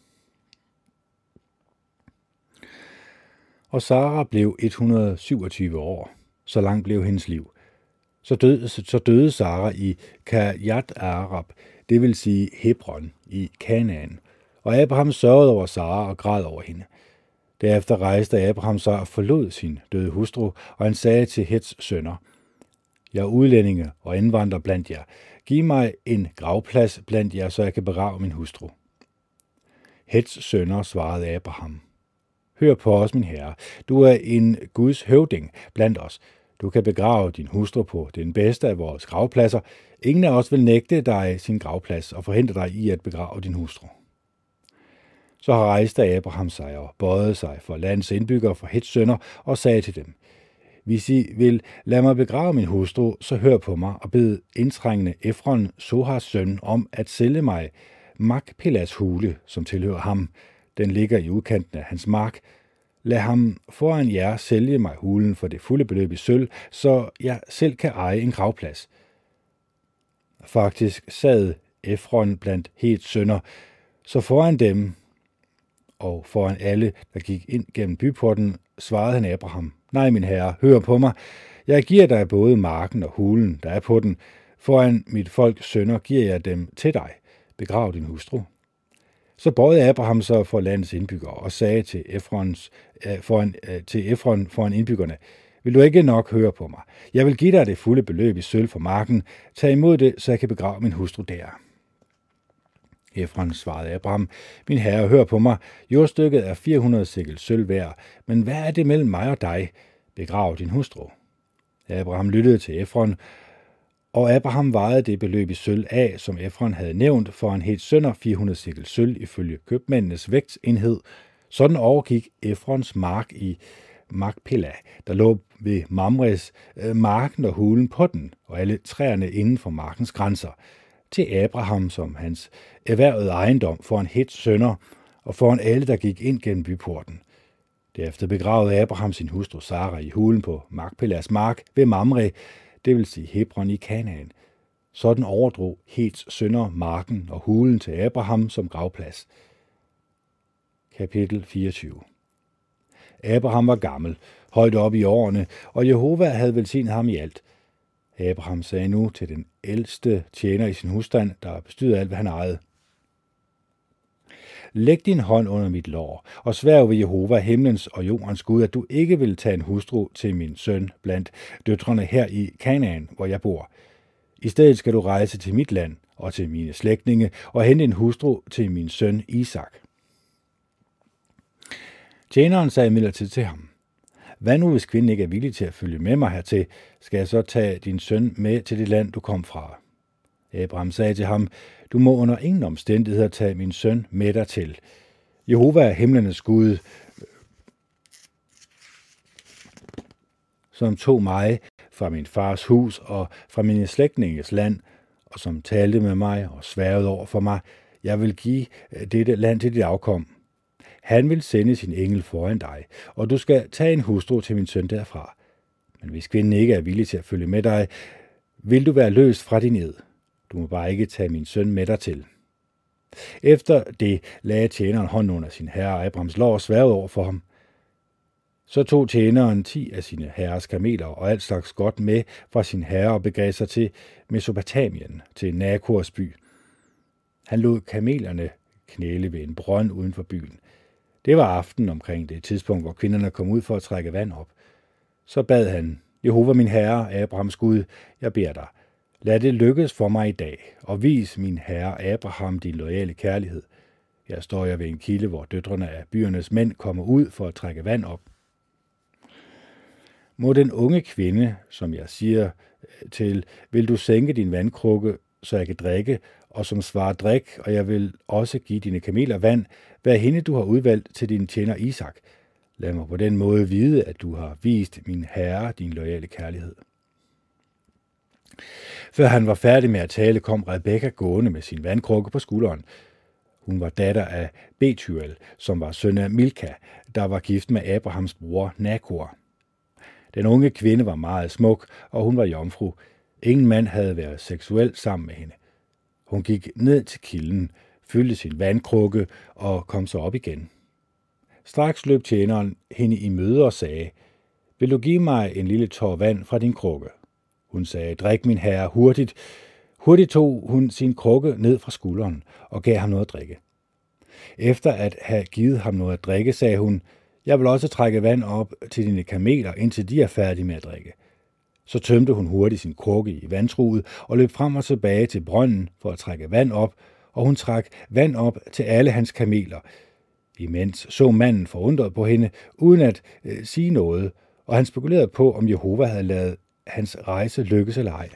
Og Sara blev et hundrede og syvogtyve år. Så langt blev hendes liv. Så døde, så døde Sara i Kirjat Arab, det vil sige Hebron, i Kanaan. Og Abraham sørgede over Sara og græd over hende. Derefter rejste Abraham sig og forlod sin døde hustru, og han sagde til Hets sønner: Jeg er udlændinge og indvandrer blandt jer. Giv mig en gravplads blandt jer, så jeg kan begrave min hustru. Hets sønner svarede Abraham: Hør på os, min herre. Du er en Guds høvding blandt os. Du kan begrave din hustru på den bedste af vores gravpladser. Ingen af os vil nægte dig sin gravplads og forhindre dig i at begrave din hustru. Så rejste Abraham sig og bøjede sig for landets indbyggere for Hets sønner og sagde til dem: Hvis I vil lade mig begrave min hustru, så hør på mig og bed indtrængende Efron, Sohars søn, om at sælge mig Makpelas hule, som tilhører ham. Den ligger i udkanten af hans mark. Lad ham foran jer sælge mig hulen for det fulde beløb i sølv, så jeg selv kan eje en gravplads. Faktisk sad Efron blandt Hets sønner, så foran dem og foran alle, der gik ind gennem byporten, svarede han Abraham: Nej, min herre, hør på mig. Jeg giver dig både marken og hulen, der er på den. Foran mit folks sønner giver jeg dem til dig. Begrav din hustru. Så bøjede Abraham sig for landets indbyggere og sagde til Efrons, øh, foran, øh, til Efron foran indbyggerne: Vil du ikke nok høre på mig? Jeg vil give dig det fulde beløb i sølv for marken. Tag imod det, så jeg kan begrave min hustru der. Efron svarede Abraham: Min herre, hør på mig. Jordstykket er fire hundrede sikkel sølv værd, men hvad er det mellem mig og dig? Begrav din hustru. Abraham lyttede til Efron, og Abraham vejede det beløb i sølv af, som Efron havde nævnt, for en Hets sønner fire hundrede sikkel sølv ifølge købmændenes vægtsenhed. Sådan overgik Efrons mark i Makpela, der lå ved Mamres, marken og hulen på den, og alle træerne inden for markens grænser, til Abraham som hans erhvervede ejendom foran Hets sønner og foran alle, der gik ind gennem byporten. Derefter begravede Abraham sin hustru Sara i hulen på Makpelas mark ved Mamre, det vil sige Hebron i Kanaan. Sådan overdrog Hets sønner marken og hulen til Abraham som gravplads. Kapitel fireogtyve. Abraham var gammel, højt op i årene, og Jehova havde velsignet ham i alt. Abraham sagde nu til den ældste tjener i sin husstand, der bestyrede alt, hvad han ejede: Læg din hånd under mit lår, og sværg ved Jehova, himlens og jordens Gud, at du ikke vil tage en hustru til min søn blandt døtrene her i Kanaan, hvor jeg bor. I stedet skal du rejse til mit land og til mine slægtninge og hente en hustru til min søn Isak. Tjeneren sagde imidlertid til ham: Hvad nu, hvis kvinden ikke er villig til at følge med mig hertil? Skal jeg så tage din søn med til det land, du kom fra? Abraham sagde til ham: Du må under ingen omstændigheder tage min søn med dig til. Jehova er himlenes Gud, som tog mig fra min fars hus og fra mine slægtninges land, og som talte med mig og sværgede over for mig: Jeg vil give dette land til dit afkom. Han vil sende sin engel foran dig, og du skal tage en hustru til min søn derfra. Men hvis kvinden ikke er villig til at følge med dig, vil du være løst fra din ed. Du må bare ikke tage min søn med dig til. Efter det lagde tjeneren hånden under sin herre Abrahams lår og sværgede over for ham. Så tog tjeneren ti af sine herres kameler og alt slags godt med fra sin herre og begav sig til Mesopotamien, til Nakors by. Han lod kamelerne knæle ved en brønd uden for byen. Det var aften omkring det tidspunkt, hvor kvinderne kom ud for at trække vand op. Så bad han: Jehova, min herre, Abrahams Gud, jeg beder dig, lad det lykkes for mig i dag, og vis min herre Abraham din loyale kærlighed. Her står jeg ved en kilde, hvor døtrene af byernes mænd kommer ud for at trække vand op. Må den unge kvinde, som jeg siger til, vil du sænke din vandkrukke, så jeg kan drikke, og som svarer drik, og jeg vil også give dine kameler vand, hvad hende du har udvalgt til din tjener Isak. Lad mig på den måde vide, at du har vist min herre din loyale kærlighed. Før han var færdig med at tale, kom Rebekka gående med sin vandkrukke på skulderen. Hun var datter af Bethuel, som var søn af Milka, der var gift med Abrahams bror Nakor. Den unge kvinde var meget smuk, og hun var jomfru. Ingen mand havde været seksuel sammen med hende. Hun gik ned til kilden, fyldte sin vandkrukke og kom så op igen. Straks løb tjeneren hende i møde og sagde, vil du give mig en lille tår vand fra din krukke? Hun sagde, drik min herre hurtigt. Hurtigt tog hun sin krukke ned fra skulderen og gav ham noget at drikke. Efter at have givet ham noget at drikke, sagde hun, jeg vil også trække vand op til dine kameler, indtil de er færdige med at drikke. Så tømte hun hurtigt sin krukke i vandtruget og løb frem og tilbage til brønden for at trække vand op, og hun trak vand op til alle hans kameler. Imens så manden forundret på hende, uden at øh, sige noget, og han spekulerede på, om Jehova havde ladet hans rejse lykkes eller ej.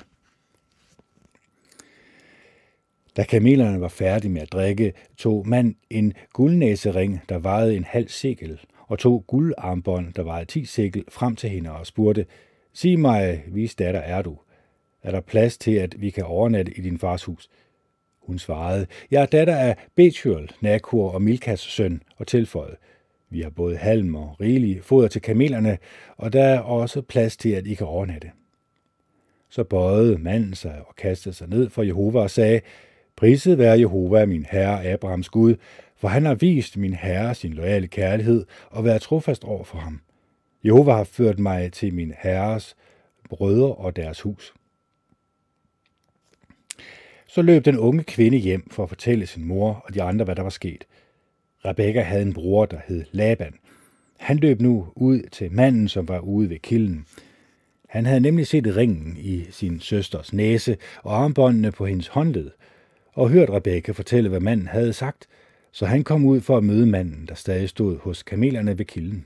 Da kamelerne var færdige med at drikke, tog manden en guldnæsering, der vejede en halv sekel, og tog guldarmbånd, der vejede ti sekel, frem til hende og spurgte, sig mig, hvis datter er du? Er der plads til, at vi kan overnatte i din fars hus? Hun svarede, jeg er datter af Bethuel, Nakor og Milkas søn, og tilføjede, vi har både halm og rigelig foder til kamelerne, og der er også plads til, at I kan overnatte. Så bøjede manden sig og kastede sig ned for Jehova og sagde, priset være Jehova, min herre Abrahams Gud, for han har vist min herre sin loyale kærlighed og været trofast over for ham. Jehova har ført mig til min herres brødre og deres hus. Så løb den unge kvinde hjem for at fortælle sin mor og de andre, hvad der var sket. Rebekka havde en bror, der hed Laban. Han løb nu ud til manden, som var ude ved kilden. Han havde nemlig set ringen i sin søsters næse og armbåndene på hendes håndled, og hørt Rebekka fortælle, hvad manden havde sagt, så han kom ud for at møde manden, der stadig stod hos kamelerne ved kilden.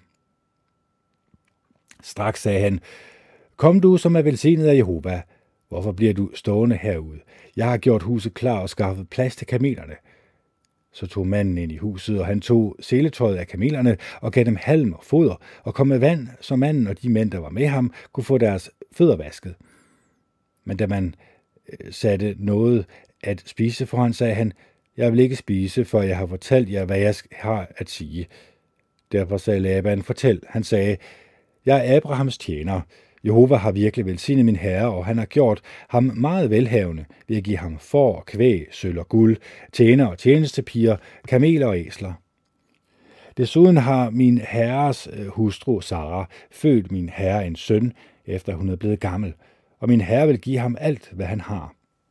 Straks sagde han, kom du, som er velsignet af Jehova, hvorfor bliver du stående herude? Jeg har gjort huset klar og skaffet plads til kamelerne. Så tog manden ind i huset, og han tog seletøjet af kamelerne og gav dem halm og foder og kom med vand, så manden og de mænd, der var med ham, kunne få deres fødder vasket. Men da man satte noget at spise for ham, sagde han, jeg vil ikke spise, for jeg har fortalt jer, hvad jeg har at sige. Derfor sagde Laban, fortæl. Han sagde, jeg er Abrahams tjener. Jehova har virkelig velsignet min herre, og han har gjort ham meget velhavende ved at give ham får og kvæg, sølv og guld, tjener og tjenestepiger, kameler og æsler. Desuden har min herres hustru Sara født min herre en søn, efter hun er blevet gammel, og min herre vil give ham alt, hvad han har.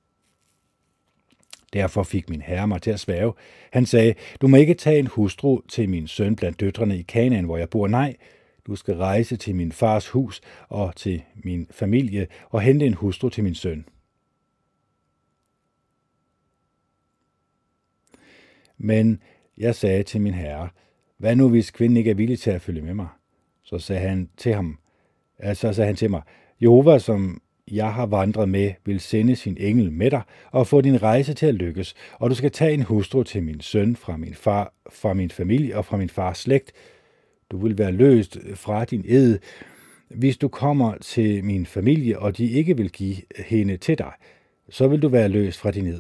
Derfor fik min herre mig til at sværge. Han sagde, du må ikke tage en hustru til min søn blandt døtrene i Kanaan, hvor jeg bor. Nej, du skal rejse til min fars hus og til min familie og hente en hustru til min søn. Men jeg sagde til min herre, hvad nu hvis kvinden ikke er villig til at følge med mig? Så sagde han til ham, altså sagde han til mig, Jehova, som jeg har vandret med, vil sende sin engel med dig og få din rejse til at lykkes, og du skal tage en hustru til min søn fra min far, fra min familie og fra min fars slægt. Du vil være løst fra din ed, hvis du kommer til min familie, og de ikke vil give hende til dig, så vil du være løst fra din ed.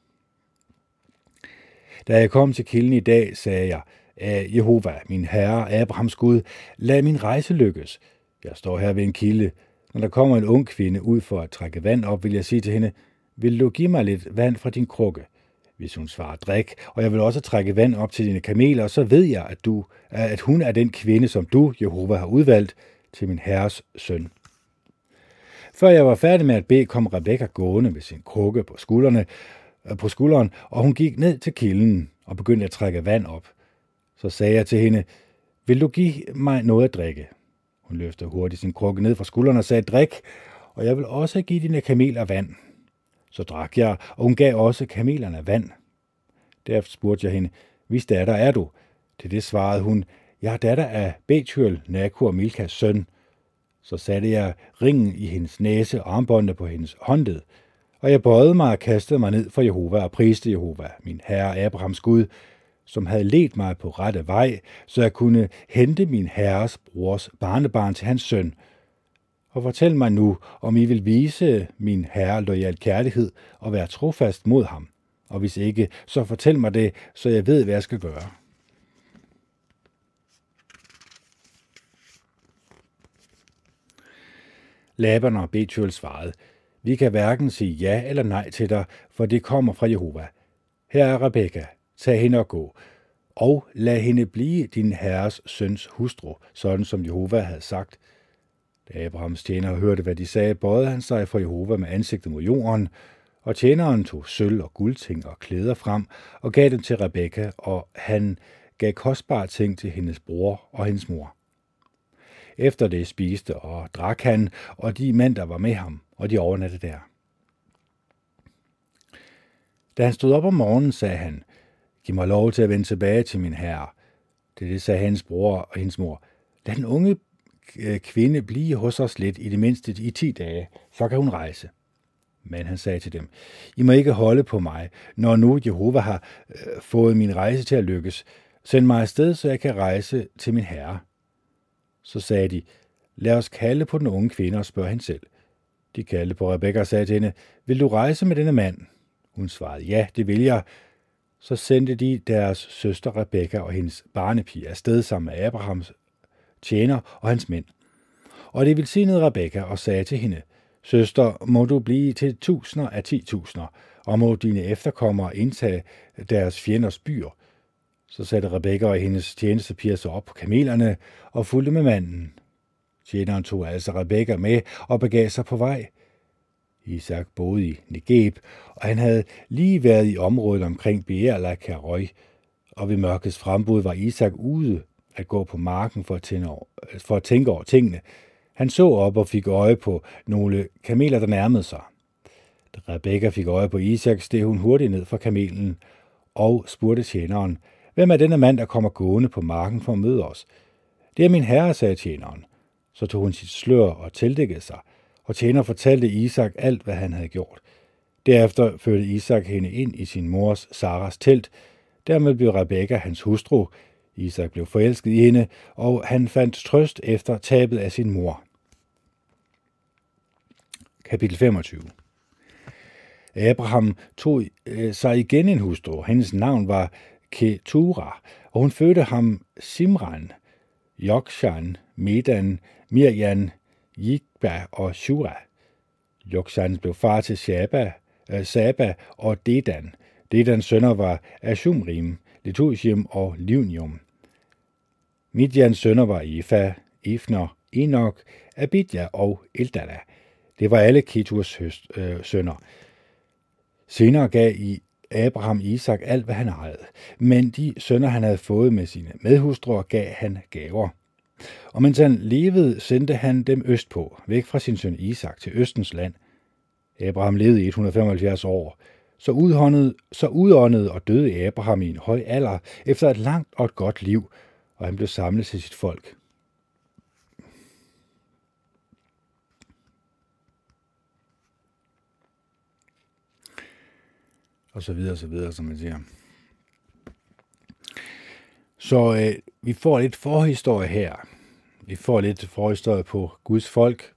Da jeg kom til kilden i dag, sagde jeg, Jehova, min herre, Abrahams Gud, lad min rejse lykkes. Jeg står her ved en kilde. Når der kommer en ung kvinde ud for at trække vand op, vil jeg sige til hende, vil du give mig lidt vand fra din krukke? Hvis hun svarer drik, og jeg vil også trække vand op til dine kameler, så ved jeg, at, du, at hun er den kvinde, som du, Jehova, har udvalgt til min herres søn. Før jeg var færdig med at bede, kom Rebekka gående med sin krukke på skuldrene, på skulderen, og hun gik ned til kilden og begyndte at trække vand op. Så sagde jeg til hende, vil du give mig noget at drikke? Hun løftede hurtigt sin krukke ned fra skulderen og sagde, drik, og jeg vil også give dine kameler vand. Så drak jeg, og hun gav også kamelerne vand. Derefter spurgte jeg hende, hvis datter er du? Til det svarede hun, jeg er datter af Bethuel, Nakor og Milkas søn. Så satte jeg ringen i hendes næse og armbåndet på hendes håndled, og jeg bøjede mig og kastede mig ned for Jehova og priste Jehova, min herre Abrahams Gud, som havde ledt mig på rette vej, så jeg kunne hente min herres brors barnebarn til hans søn. Og fortæl mig nu, om I vil vise min herre loyal kærlighed og være trofast mod ham. Og hvis ikke, så fortæl mig det, så jeg ved, hvad jeg skal gøre. Laban og Betuel svarede, vi kan hverken sige ja eller nej til dig, for det kommer fra Jehova. Her er Rebekka, tag hende og gå, og lad hende blive din herres søns hustru, sådan som Jehova havde sagt. Da Abrahams tjener hørte, hvad de sagde, bøjede han sig for Jehova med ansigtet mod jorden, og tjeneren tog sølv og guldting og klæder frem og gav dem til Rebekka, og han gav kostbare ting til hendes bror og hendes mor. Efter det spiste og drak han, og de mænd, der var med ham, og de overnattede der. Da han stod op om morgenen, sagde han, giv mig lov til at vende tilbage til min herre. Det, det sagde hendes bror og hendes mor. Lad den unge kvinde blive hos os lidt, i det mindste i ti dage, så kan hun rejse. Men han sagde til dem, I må ikke holde på mig, når nu Jehova har øh, fået min rejse til at lykkes. Send mig afsted, så jeg kan rejse til min herre. Så sagde de, lad os kalde på den unge kvinde og spørge hende selv. De kaldte på Rebekka og sagde til hende, vil du rejse med denne mand? Hun svarede, ja, det vil jeg. Så sendte de deres søster Rebekka og hendes barnepige afsted sammen med Abrahams tjener og hans mænd. Og det velsignede Rebekka og sagde til hende, søster, må du blive til tusinder af ti tusinder, og må dine efterkommere indtage deres fjenders byer. Så satte Rebekka og hendes tjenestepiger sig op på kamelerne og fulgte med manden. Tjeneren tog altså Rebekka med og begav sig på vej. Isak boede i Negeb, og han havde lige været i området omkring Beer-la-Karøj, og ved mørkets frembrud var Isak ude at gå på marken for at, tænke over, for at tænke over tingene. Han så op og fik øje på nogle kameler, der nærmede sig. Da Rebekka fik øje på Isak, steg hun hurtigt ned fra kamelen og spurgte tjeneren, hvem er denne mand, der kommer gående på marken for at møde os? Det er min herre, sagde tjeneren. Så tog hun sit slør og tildækkede sig, og tjeneren fortalte Isak alt, hvad han havde gjort. Derefter førte Isak hende ind i sin mors Saras telt. Dermed blev Rebekka hans hustru. Isak blev forelsket i hende, og han fandt trøst efter tabet af sin mor. Kapitel femogtyve. Abraham tog sig igen en hustru. Hendes navn var Ketura, og hun fødte ham Simran, Jokshan, Medan, Mirjan, Jikba og Shura. Jokshan blev far til Shaba, øh, Saba og Dedan. Dedans sønner var Ashumrim, Letushim og Livnium. Midjans sønner var Efa, Efner, Enok, Abidja og Eldada. Det var alle Keturs høst, øh, sønner. Senere gav i Abraham Isak alt, hvad han ejede, men de sønner, han havde fået med sine medhustruer, gav han gaver. Og mens han levede, sendte han dem østpå, væk fra sin søn Isak til Østens land. Abraham levede i et hundrede og femoghalvfjerds år. Så udåndede, så udåndede og døde Abraham i en høj alder, efter et langt og et godt liv, og han blev samlet til sit folk. Og så videre, og så videre, som man siger. Så øh, vi får lidt forhistorie her. Vi får lidt forhistorie på Guds folk,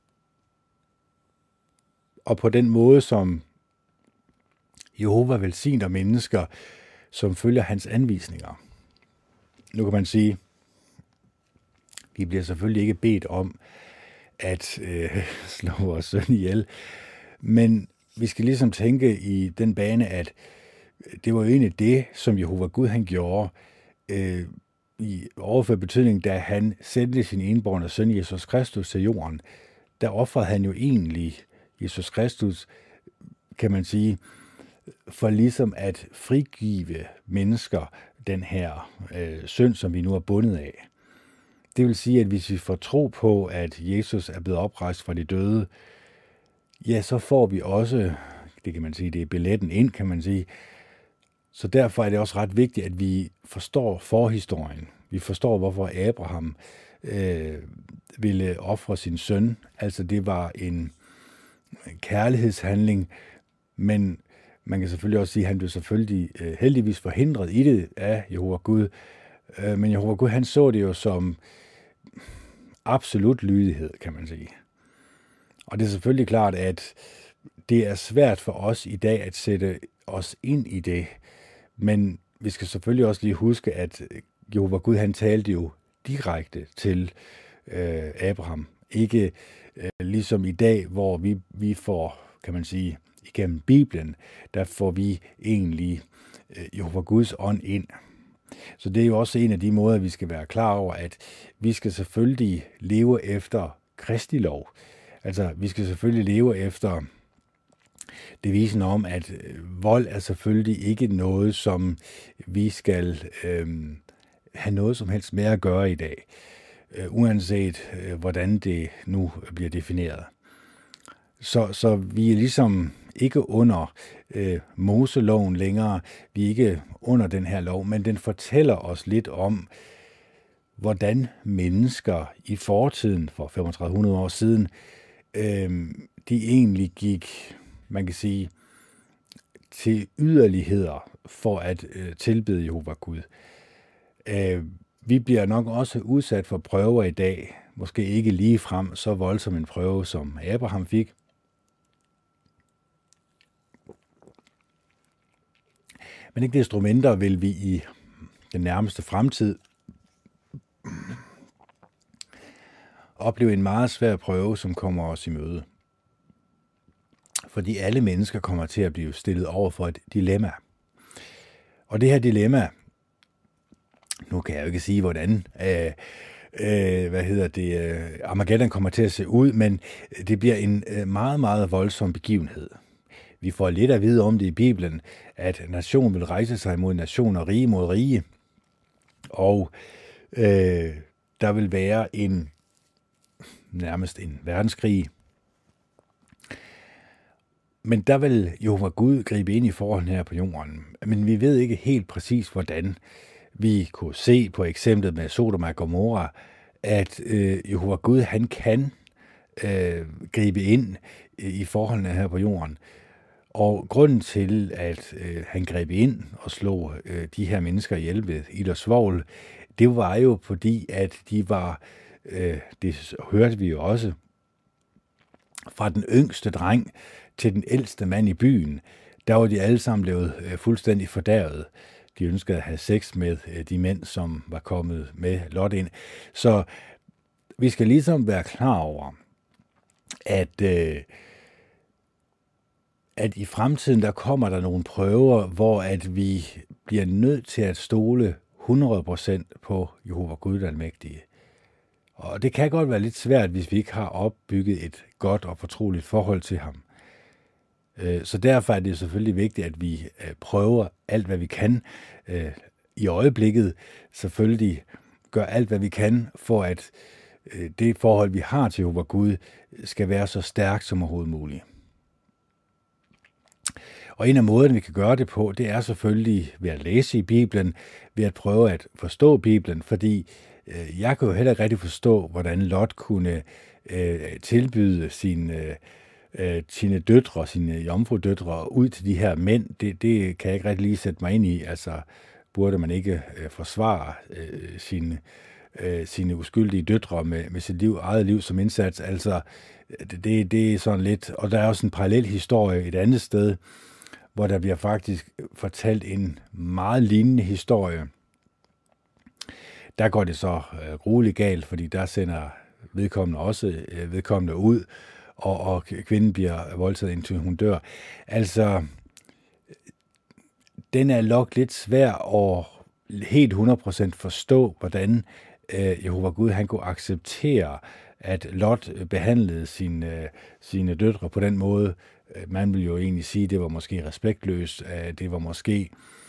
og på den måde, som Jehova velsigner mennesker, som følger hans anvisninger. Nu kan man sige, vi bliver selvfølgelig ikke bedt om at øh, slå vores søn ihjel, men vi skal ligesom tænke i den bane, at det var jo egentlig det, som Jehova Gud han gjorde øh, i overført betydning, da han sendte sin enbårne søn Jesus Kristus til jorden. Der ofrede han jo egentlig Jesus Kristus, kan man sige, for ligesom at frigive mennesker den her øh, synd, som vi nu er bundet af. Det vil sige, at hvis vi får tro på, at Jesus er blevet oprejst fra de døde, ja, så får vi også, det kan man sige, det er billetten ind, kan man sige. Så derfor er det også ret vigtigt, at vi forstår forhistorien. Vi forstår, hvorfor Abraham øh, ville ofre sin søn. Altså, det var en kærlighedshandling, men man kan selvfølgelig også sige, at han blev selvfølgelig øh, heldigvis forhindret i det af Jehova Gud. Øh, men Jehova Gud, han så det jo som absolut lydighed, kan man sige. Og det er selvfølgelig klart, at det er svært for os i dag at sætte os ind i det. Men vi skal selvfølgelig også lige huske, at Jehova Gud, han talte jo direkte til øh, Abraham. Ikke øh, ligesom i dag, hvor vi, vi får, kan man sige, igennem Bibelen, der får vi egentlig øh, Jehova Guds ånd ind. Så det er jo også en af de måder, vi skal være klar over, at vi skal selvfølgelig leve efter Kristi lov. Altså, vi skal selvfølgelig leve efter devisen om, at vold er selvfølgelig ikke noget, som vi skal øh, have noget som helst med at gøre i dag, øh, uanset øh, hvordan det nu bliver defineret. Så, så vi er ligesom ikke under øh, Moseloven længere, vi er ikke under den her lov, men den fortæller os lidt om, hvordan mennesker i fortiden, for femogtredive hundrede år siden, øh, de egentlig gik, man kan sige, til yderligheder for at øh, tilbede Jehova Gud. Øh, vi bliver nok også udsat for prøver i dag, måske ikke lige frem så voldsom en prøve, som Abraham fik. Men ikke desto mindre vil vi i den nærmeste fremtid opleve en meget svær prøve, som kommer os i møde. Fordi alle mennesker kommer til at blive stillet over for et dilemma. Og det her dilemma, nu kan jeg jo ikke sige, hvordan øh, øh, hvad hedder det, øh, Armageddon kommer til at se ud, men det bliver en øh, meget, meget voldsom begivenhed. Vi får lidt at vide om det i Bibelen, at nation vil rejse sig mod nation og rige mod rige, og øh, der vil være en nærmest en verdenskrig. Men der vil Jehova Gud gribe ind i forholdene her på jorden. Men vi ved ikke helt præcis, hvordan. Vi kunne se på eksemplet med Sodom og Gomorra, at øh, Jehova Gud, han kan øh, gribe ind i forholdene her på jorden. Og grunden til, at øh, han greb ind og slog øh, de her mennesker ihjel ved ild og svovl, det var jo fordi, at de var, øh, det hørte vi jo også, fra den yngste dreng til den ældste mand i byen, der var de alle sammen blevet øh, fuldstændig fordærvet. De ønskede at have sex med øh, de mænd, som var kommet med Lot ind. Så vi skal ligesom være klar over, at, øh, at i fremtiden, der kommer der nogle prøver, hvor at vi bliver nødt til at stole hundrede procent på Jehova Gud den Almægtige. Og det kan godt være lidt svært, hvis vi ikke har opbygget et godt og fortroligt forhold til ham. Så derfor er det selvfølgelig vigtigt, at vi prøver alt, hvad vi kan i øjeblikket. Selvfølgelig gør alt, hvad vi kan, for at det forhold, vi har til Jehova Gud, skal være så stærkt som overhovedet muligt. Og en af måderne, vi kan gøre det på, det er selvfølgelig ved at læse i Bibelen, ved at prøve at forstå Bibelen, fordi øh, jeg kan jo heller ikke rigtig forstå, hvordan Lot kunne øh, tilbyde sine, øh, sine døtre, sine jomfrudøtre ud til de her mænd. Det, det kan jeg ikke rigtig lige sætte mig ind i. Altså, burde man ikke øh, forsvare øh, sine, øh, sine uskyldige døtre med, med sit liv, eget liv som indsats? Altså, det, det er sådan lidt... Og der er også en parallel historie et andet sted, hvor der bliver faktisk fortalt en meget lignende historie. Der går det så øh, grueligt galt, fordi der sender vedkommende også øh, vedkommende ud, og, og kvinden bliver voldtaget, indtil hun dør. Altså, den er nok lidt svær at helt hundrede procent forstå, hvordan øh, Jehova Gud han kunne acceptere, at Lot behandlede sine, sine døtre på den måde. Man vil jo egentlig sige, at det var måske respektløst. Det var måske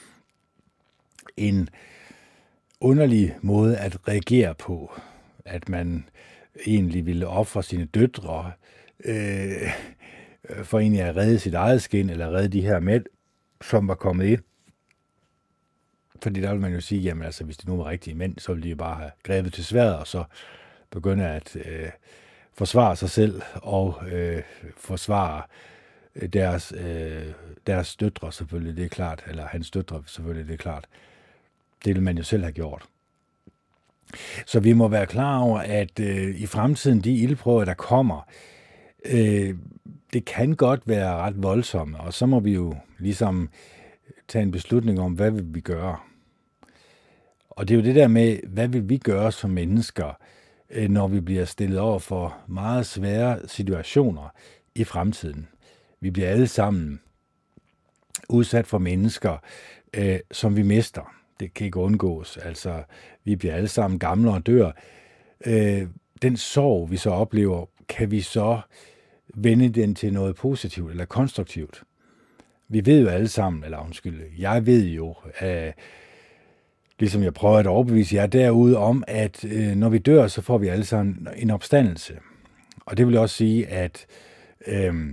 en underlig måde at reagere på. At man egentlig ville ofre sine døtre øh, for egentlig at redde sit eget skin, eller redde de her mænd, som var kommet ind. Fordi der vil man jo sige, jamen altså, hvis det nu var rigtige mænd, så ville de bare have grebet til sværd, og så begynde at øh, forsvare sig selv og øh, forsvare deres, øh, deres døtre selvfølgelig, det er klart, eller hans døtre selvfølgelig, det er klart. Det vil man jo selv have gjort. Så vi må være klar over, at øh, i fremtiden, de ildprøver, der kommer, øh, det kan godt være ret voldsomt, og så må vi jo ligesom tage en beslutning om, hvad vil vi gøre. Og det er jo det der med, hvad vil vi gøre som mennesker, øh, når vi bliver stillet over for meget svære situationer i fremtiden. Vi bliver alle sammen udsat for mennesker, øh, som vi mister. Det kan ikke undgås. Altså, vi bliver alle sammen gamle og dør. Øh, den sorg, vi så oplever, kan vi så vende den til noget positivt eller konstruktivt. Vi ved jo alle sammen, eller undskyld, jeg ved jo, øh, ligesom jeg prøver at overbevise jer derude om, at øh, når vi dør, så får vi alle sammen en opstandelse. Og det vil også sige, at øh,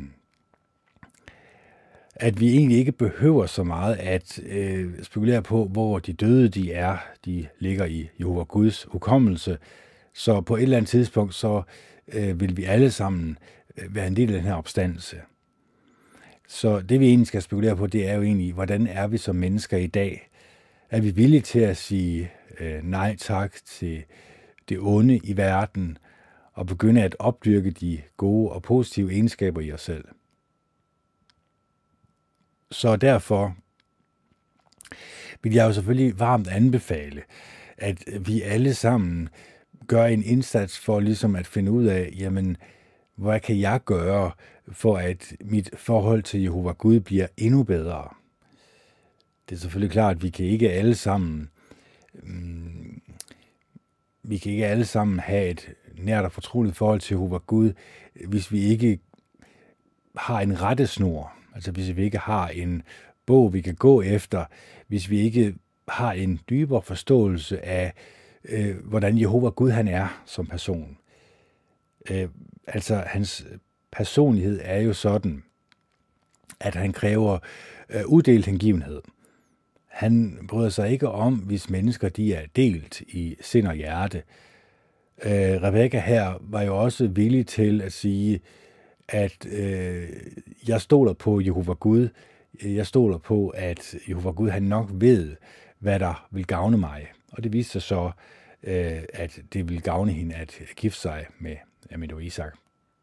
at vi egentlig ikke behøver så meget at øh, spekulere på, hvor de døde de er. De ligger i Jehova Guds hukommelse. Så på et eller andet tidspunkt, så øh, vil vi alle sammen øh, være en del af den her opstandelse. Så det vi egentlig skal spekulere på, det er jo egentlig, hvordan er vi som mennesker i dag? Er vi villige til at sige øh, nej tak til det onde i verden, og begynde at opdyrke de gode og positive egenskaber i os selv? Så derfor vil jeg jo selvfølgelig varmt anbefale, at vi alle sammen gør en indsats for ligesom at finde ud af, jamen, hvad kan jeg gøre for, at mit forhold til Jehova Gud bliver endnu bedre? Det er selvfølgelig klart, at vi kan ikke alle sammen, um, vi kan ikke alle sammen have et nært og fortroligt forhold til Jehova Gud, hvis vi ikke har en rettesnor. Altså hvis vi ikke har en bog, vi kan gå efter, hvis vi ikke har en dybere forståelse af, øh, hvordan Jehova Gud han er som person. Øh, altså hans personlighed er jo sådan, at han kræver øh, uddelt hengivenhed. Han bryder sig ikke om, hvis mennesker de er delt i sind og hjerte. Øh, Rebekka her var jo også villig til at sige, at øh, jeg stoler på Jehova Gud. Jeg stoler på, at Jehova Gud han nok ved, hvad der vil gavne mig. Og det viste sig så, øh, at det vil gavne hende at gifte sig med Amid og Isak.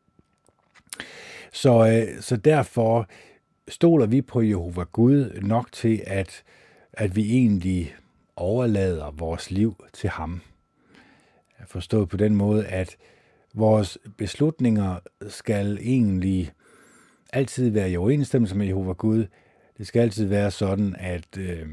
Så, øh, så derfor stoler vi på Jehova Gud nok til, at, at vi egentlig overlader vores liv til ham. Forstået på den måde, at vores beslutninger skal egentlig altid være i overensstemmelse med Jehova Gud. Det skal altid være sådan, at, øh,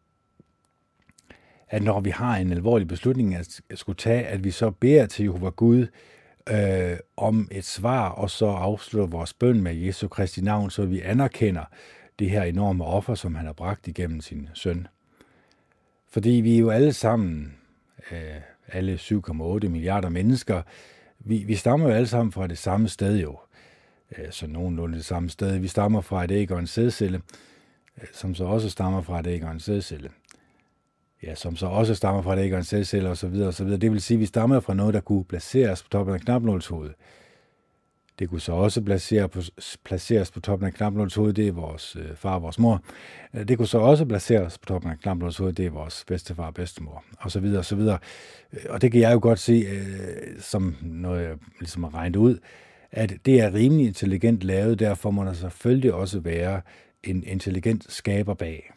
at når vi har en alvorlig beslutning at skulle tage, at vi så beder til Jehova Gud øh, om et svar, og så afslutter vores bøn med Jesu Kristi navn, så vi anerkender det her enorme offer, som han har bragt igennem sin søn. Fordi vi er jo alle sammen, øh, alle syv komma otte milliarder mennesker, Vi, vi stammer jo alle sammen fra det samme sted jo, så nogenlunde det samme sted. Vi stammer fra et æg og en sædcelle, som så også stammer fra et æg og en sædcelle. Ja, som så også stammer fra et æg og en sædcelle osv. osv. Det vil sige, at vi stammer fra noget, der kunne placeres på toppen af knapnålshovedet. Det kunne så også placere på, placeres på toppen af knapnålshovedet, det er vores øh, far og vores mor. Det kunne så også placeres på toppen af knapnålshovedet, det er vores bedstefar og bedstemor, og så videre og så videre. Og det kan jeg jo godt se, øh, som noget jeg ligesom har regnet ud, at det er rimelig intelligent lavet, derfor må der selvfølgelig også være en intelligent skaber bag.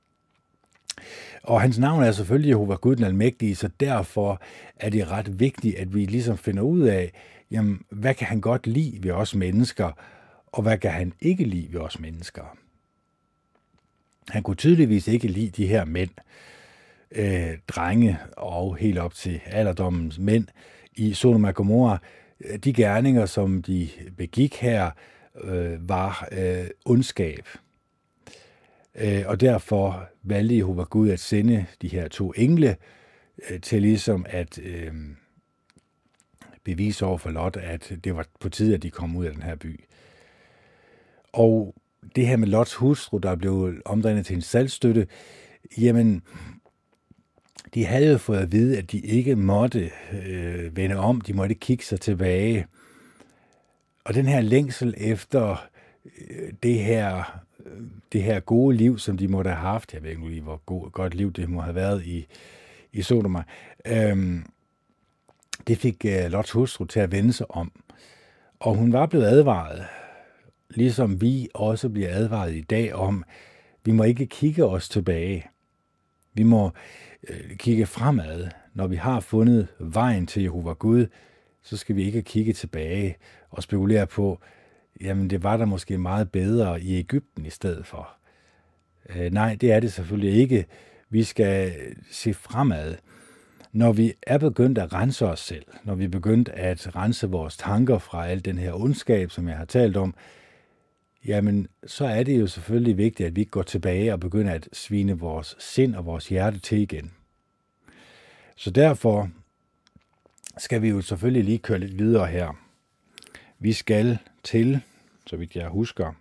Og hans navn er selvfølgelig Jehova Gud den Almægtige, så derfor er det ret vigtigt, at vi ligesom finder ud af, jamen, hvad kan han godt lide ved os mennesker, og hvad kan han ikke lide ved os mennesker? Han kunne tydeligvis ikke lide de her mænd, øh, drenge og helt op til alderdommens mænd i Sodom og Gomorra. De gerninger, som de begik her, øh, var øh, ondskab. Øh, og derfor valgte Jehova Gud at sende de her to engle øh, til ligesom at øh, bevise over for Lot, at det var på tide, at de kom ud af den her by. Og det her med Lots hustru, der blev omdannet til en saltstøtte, jamen, de havde jo fået at vide, at de ikke måtte øh, vende om, de måtte kigge sig tilbage. Og den her længsel efter øh, det her det her gode liv, som de måtte have haft, jeg ved ikke lige, hvor god, godt liv det må have været i, i Sodoma, øhm, det fik uh, Lots hustru til at vende sig om. Og hun var blevet advaret, ligesom vi også bliver advaret i dag om, vi må ikke kigge os tilbage. Vi må øh, kigge fremad. Når vi har fundet vejen til Jehova Gud, så skal vi ikke kigge tilbage og spekulere på, jamen det var der måske meget bedre i Egypten i stedet for. Øh, nej, det er det selvfølgelig ikke. Vi skal se fremad. Når vi er begyndt at rense os selv, når vi er begyndt at rense vores tanker fra al den her ondskab, som jeg har talt om, jamen så er det jo selvfølgelig vigtigt, at vi går tilbage og begynder at svine vores sind og vores hjerte til igen. Så derfor skal vi jo selvfølgelig lige køre lidt videre her. Vi skal til, så vidt jeg husker,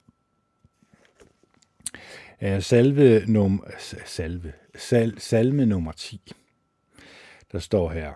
salve, num, salve, sal, salme nummer ti. Der står her: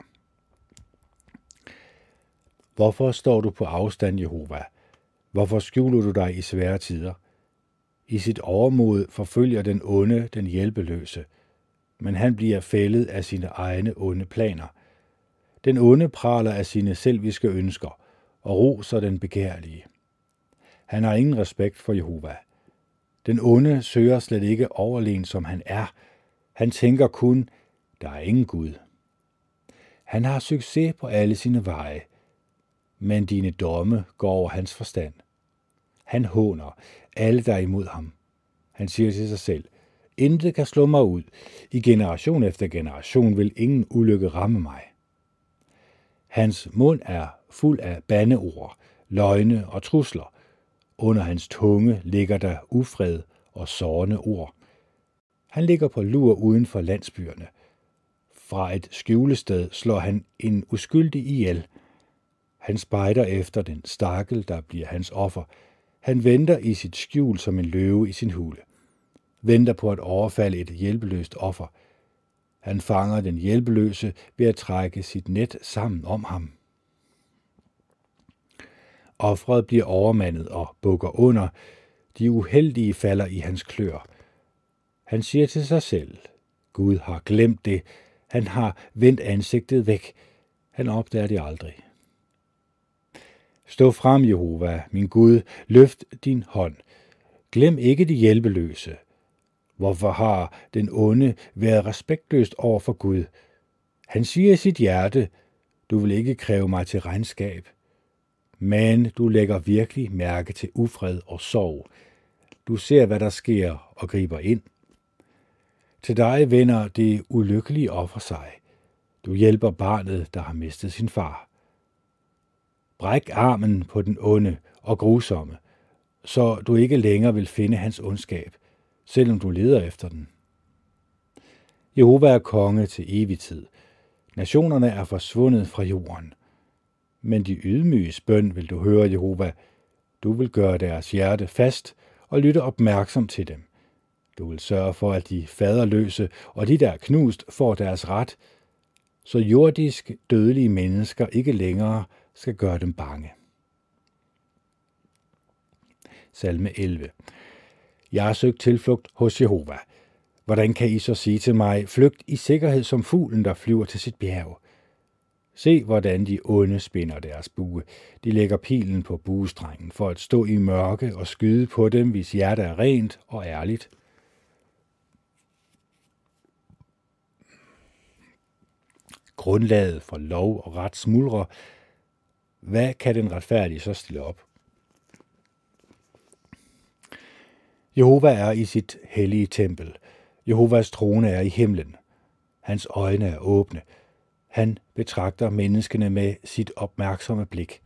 Hvorfor står du på afstand, Jehova? Hvorfor skjuler du dig i svære tider? I sit overmod forfølger den onde den hjælpeløse, men han bliver fældet af sine egne onde planer. Den onde praler af sine selviske ønsker og roser den begærlige. Han har ingen respekt for Jehova. Den onde søger slet ikke overlegen, som han er. Han tænker kun, der er ingen Gud. Han har succes på alle sine veje, men dine domme går over hans forstand. Han håner alle, der er imod ham. Han siger til sig selv, intet kan slå mig ud. I generation efter generation vil ingen ulykke ramme mig. Hans mund er fuld af bandeord, løgne og trusler. Under hans tunge ligger der ufred og sårende ord. Han ligger på lur uden for landsbyerne. Fra et skjulested slår han en uskyldig ihjel. Han spejder efter den stakkel, der bliver hans offer. Han venter i sit skjul som en løve i sin hule. Venter på at overfalde et hjælpeløst offer. Han fanger den hjælpeløse ved at trække sit net sammen om ham. Offeret bliver overmandet og bukker under. De uheldige falder i hans klør. Han siger til sig selv, Gud har glemt det. Han har vendt ansigtet væk. Han opdager det aldrig. Stå frem, Jehova, min Gud, løft din hånd. Glem ikke de hjælpeløse. Hvorfor har den onde været respektløst over for Gud? Han siger i sit hjerte, du vil ikke kræve mig til regnskab. Men du lægger virkelig mærke til ufred og sorg. Du ser, hvad der sker og griber ind. Til dig vender det ulykkelige offer sig. Du hjælper barnet, der har mistet sin far. Bræk armen på den onde og grusomme, så du ikke længere vil finde hans ondskab, selvom du leder efter den. Jehova er konge til evig tid. Nationerne er forsvundet fra jorden. Men de ydmyges bøn vil du høre, Jehova. Du vil gøre deres hjerte fast og lytte opmærksom til dem. Du vil sørge for, at de faderløse og de, der er knust, får deres ret, så jordisk dødelige mennesker ikke længere skal gøre dem bange. Salme elleve. Jeg har søgt tilflugt hos Jehova. Hvordan kan I så sige til mig, flygt i sikkerhed som fuglen, der flyver til sit bjerg? Se, hvordan de onde spinder deres bue. De lægger pilen på buestrengen for at stå i mørke og skyde på dem, hvis hjerte er rent og ærligt. Grundlaget for lov og ret smuldrer. Hvad kan den retfærdige så stille op? Jehova er i sit hellige tempel. Jehovas trone er i himlen. Hans øjne er åbne. Han betragter menneskene med sit opmærksomme blik.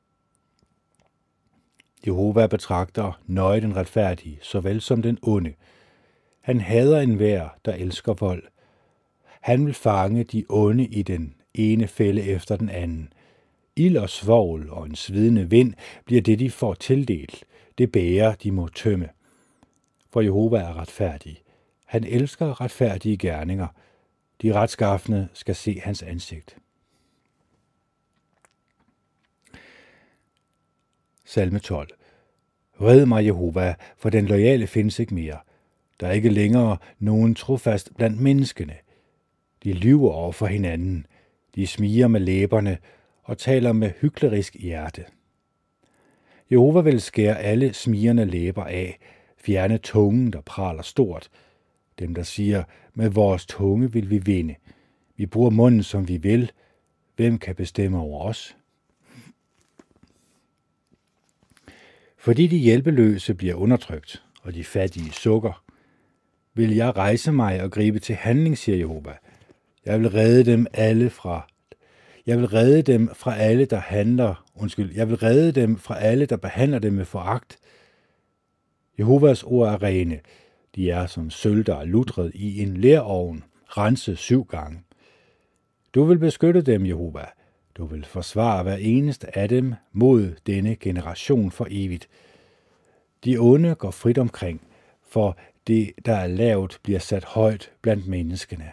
Jehova betragter nøje den retfærdige, såvel som den onde. Han hader enhver, der elsker vold. Han vil fange de onde i den ene fælde efter den anden. Ild og svovl og en svidende vind bliver det, de får tildelt. Det bærer, de må tømme. For Jehova er retfærdig. Han elsker retfærdige gerninger. De retskaffende skal se hans ansigt. Salme tolv. Red mig, Jehova, for den loyale findes ikke mere. Der er ikke længere nogen trofast blandt menneskene. De lyver over for hinanden. De smiger med læberne og taler med hyklerisk hjerte. Jehova vil skære alle smirrende læber af, fjerne tungen, der praler stort. Dem, der siger, med vores tunge vil vi vinde. Vi bruger munden, som vi vil. Hvem kan bestemme over os? Fordi de hjælpeløse bliver undertrykt, og de fattige sukker, vil jeg rejse mig og gribe til handling, siger Jehova. Jeg vil redde dem alle fra Jeg vil redde dem fra alle, der handler, undskyld, jeg vil redde dem fra alle, der behandler dem med foragt. Jehovas ord er rene. De er som sølv, der er lutret i en lerovn, renset syv gange. Du vil beskytte dem, Jehova. Du vil forsvare hver eneste af dem mod denne generation for evigt. De onde går frit omkring, for det, der er lavt, bliver sat højt blandt menneskene.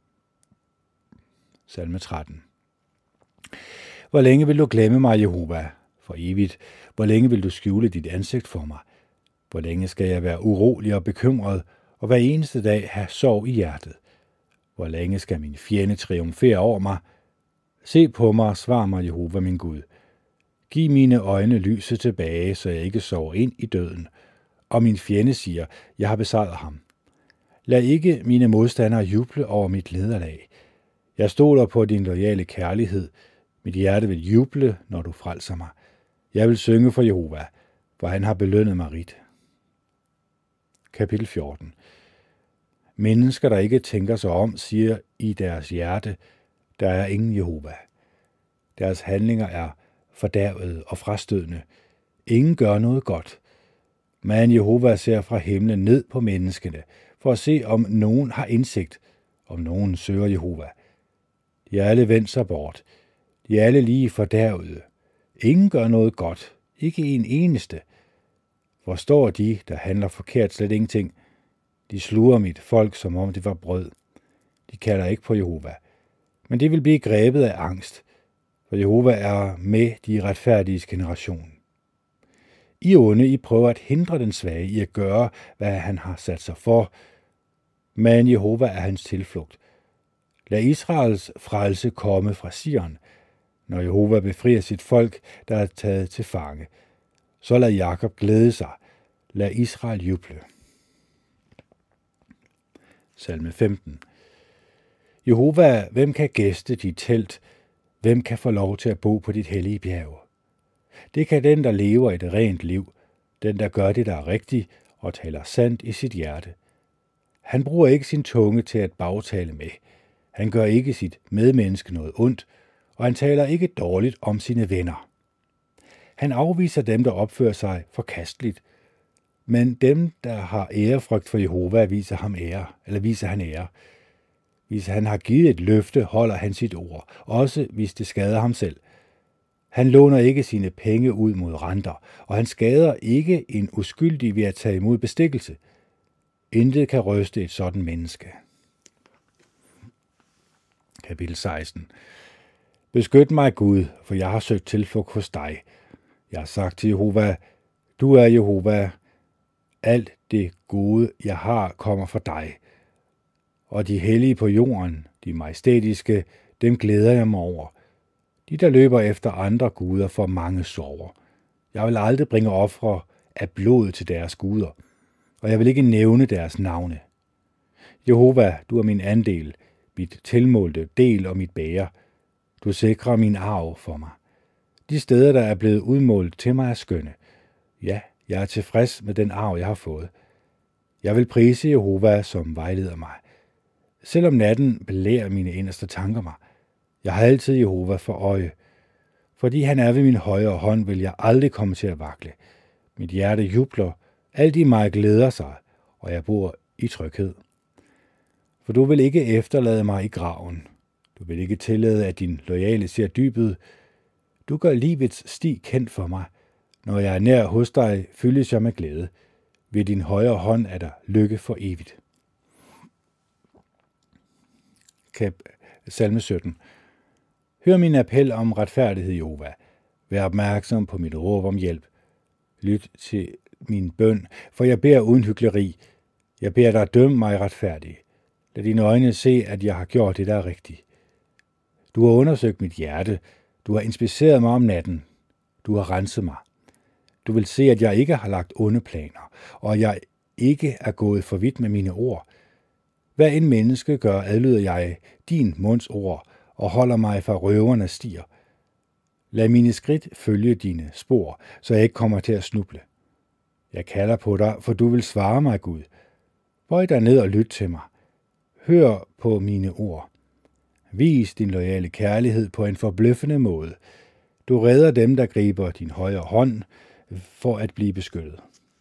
Salme tretten. Hvor længe vil du glemme mig, Jehova? For evigt. Hvor længe vil du skjule dit ansigt for mig? Hvor længe skal jeg være urolig og bekymret, og hver eneste dag have sorg i hjertet? Hvor længe skal min fjende triumfere over mig? Se på mig og svar mig, Jehova min Gud. Giv mine øjne lyset tilbage, så jeg ikke sover ind i døden. Og min fjende siger, jeg har besejret ham. Lad ikke mine modstandere juble over mit nederlag. Jeg stoler på din loyale kærlighed. Mit hjerte vil juble, når du frelser mig. Jeg vil synge for Jehova, for han har belønnet mig rigt. Kapitel fjorten. Mennesker, der ikke tænker sig om, siger i deres hjerte, der er ingen Jehova. Deres handlinger er fordærvede og frastødende. Ingen gør noget godt. Men Jehova ser fra himlen ned på menneskene, for at se, om nogen har indsigt, om nogen søger Jehova. De er alle vendt sig bort. De er alle lige fordærvede. Ingen gør noget godt. Ikke en eneste. Hvor står de, der handler forkert, slet ingenting? De sluger mit folk, som om det var brød. De kalder ikke på Jehova. Men de vil blive grebet af angst, for Jehova er med de retfærdiges generation. I onde, I prøver at hindre den svage i at gøre, hvad han har sat sig for, men Jehova er hans tilflugt. Lad Israels frelse komme fra Sion, når Jehova befrier sit folk, der er taget til fange. Så lad Jakob glæde sig. Lad Israel juble. Salme femten. Jehova, hvem kan gæste dit telt? Hvem kan få lov til at bo på dit hellige bjerg? Det kan den, der lever et rent liv, den, der gør det, der er rigtigt og taler sandt i sit hjerte. Han bruger ikke sin tunge til at bagtale med. Han gør ikke sit medmenneske noget ondt, og han taler ikke dårligt om sine venner. Han afviser dem, der opfører sig forkasteligt, men dem, der har ærefrygt for Jehova, viser ham ære, eller viser han ære. Hvis han har givet et løfte, holder han sit ord, også hvis det skader ham selv. Han låner ikke sine penge ud mod renter, og han skader ikke en uskyldig ved at tage imod bestikkelse. Intet kan ryste et sådan menneske. Kapitel seksten. Beskyt mig, Gud, for jeg har søgt tilflugt hos dig. Jeg har sagt til Jehova, du er Jehova. Alt det gode, jeg har, kommer fra dig. Og de hellige på jorden, de majestætiske, dem glæder jeg mig over. De, der løber efter andre guder, får mange sorger. Jeg vil aldrig bringe ofre af blod til deres guder, og jeg vil ikke nævne deres navne. Jehova, du er min andel, mit tilmålte del og mit bære. Du sikrer min arv for mig. De steder, der er blevet udmålt til mig, er skønne. Ja, jeg er tilfreds med den arv, jeg har fået. Jeg vil prise Jehova, som vejleder mig. Selvom natten belærer mine inderste tanker mig. Jeg har altid Jehova for øje. Fordi han er ved min højre hånd, vil jeg aldrig komme til at vakle. Mit hjerte jubler, alt i mig glæder sig, og jeg bor i tryghed. For du vil ikke efterlade mig i graven. Du vil ikke tillade, at din loyale ser dybet. Du gør livets sti kendt for mig. Når jeg er nær hos dig, fyldes jeg med glæde. Ved din højre hånd er der lykke for evigt. Salme sytten. Hør min appel om retfærdighed, Jehova. Vær opmærksom på mit råb om hjælp. Lyt til min bøn, for jeg beder uden hykleri. Jeg beder dig dømme mig retfærdig. Lad dine øjne se, at jeg har gjort det, der er rigtigt. Du har undersøgt mit hjerte. Du har inspiceret mig om natten. Du har renset mig. Du vil se, at jeg ikke har lagt onde planer, og jeg ikke er gået for vidt med mine ord. Hvad en menneske gør, adlyder jeg din munds ord og holder mig fra røvernes stier. Lad mine skridt følge dine spor, så jeg ikke kommer til at snuble. Jeg kalder på dig, for du vil svare mig, Gud. Bøj dig ned og lyt til mig. Hør på mine ord. Vis din loyale kærlighed på en forbløffende måde. Du redder dem, der griber din højre hånd for at blive beskyttet.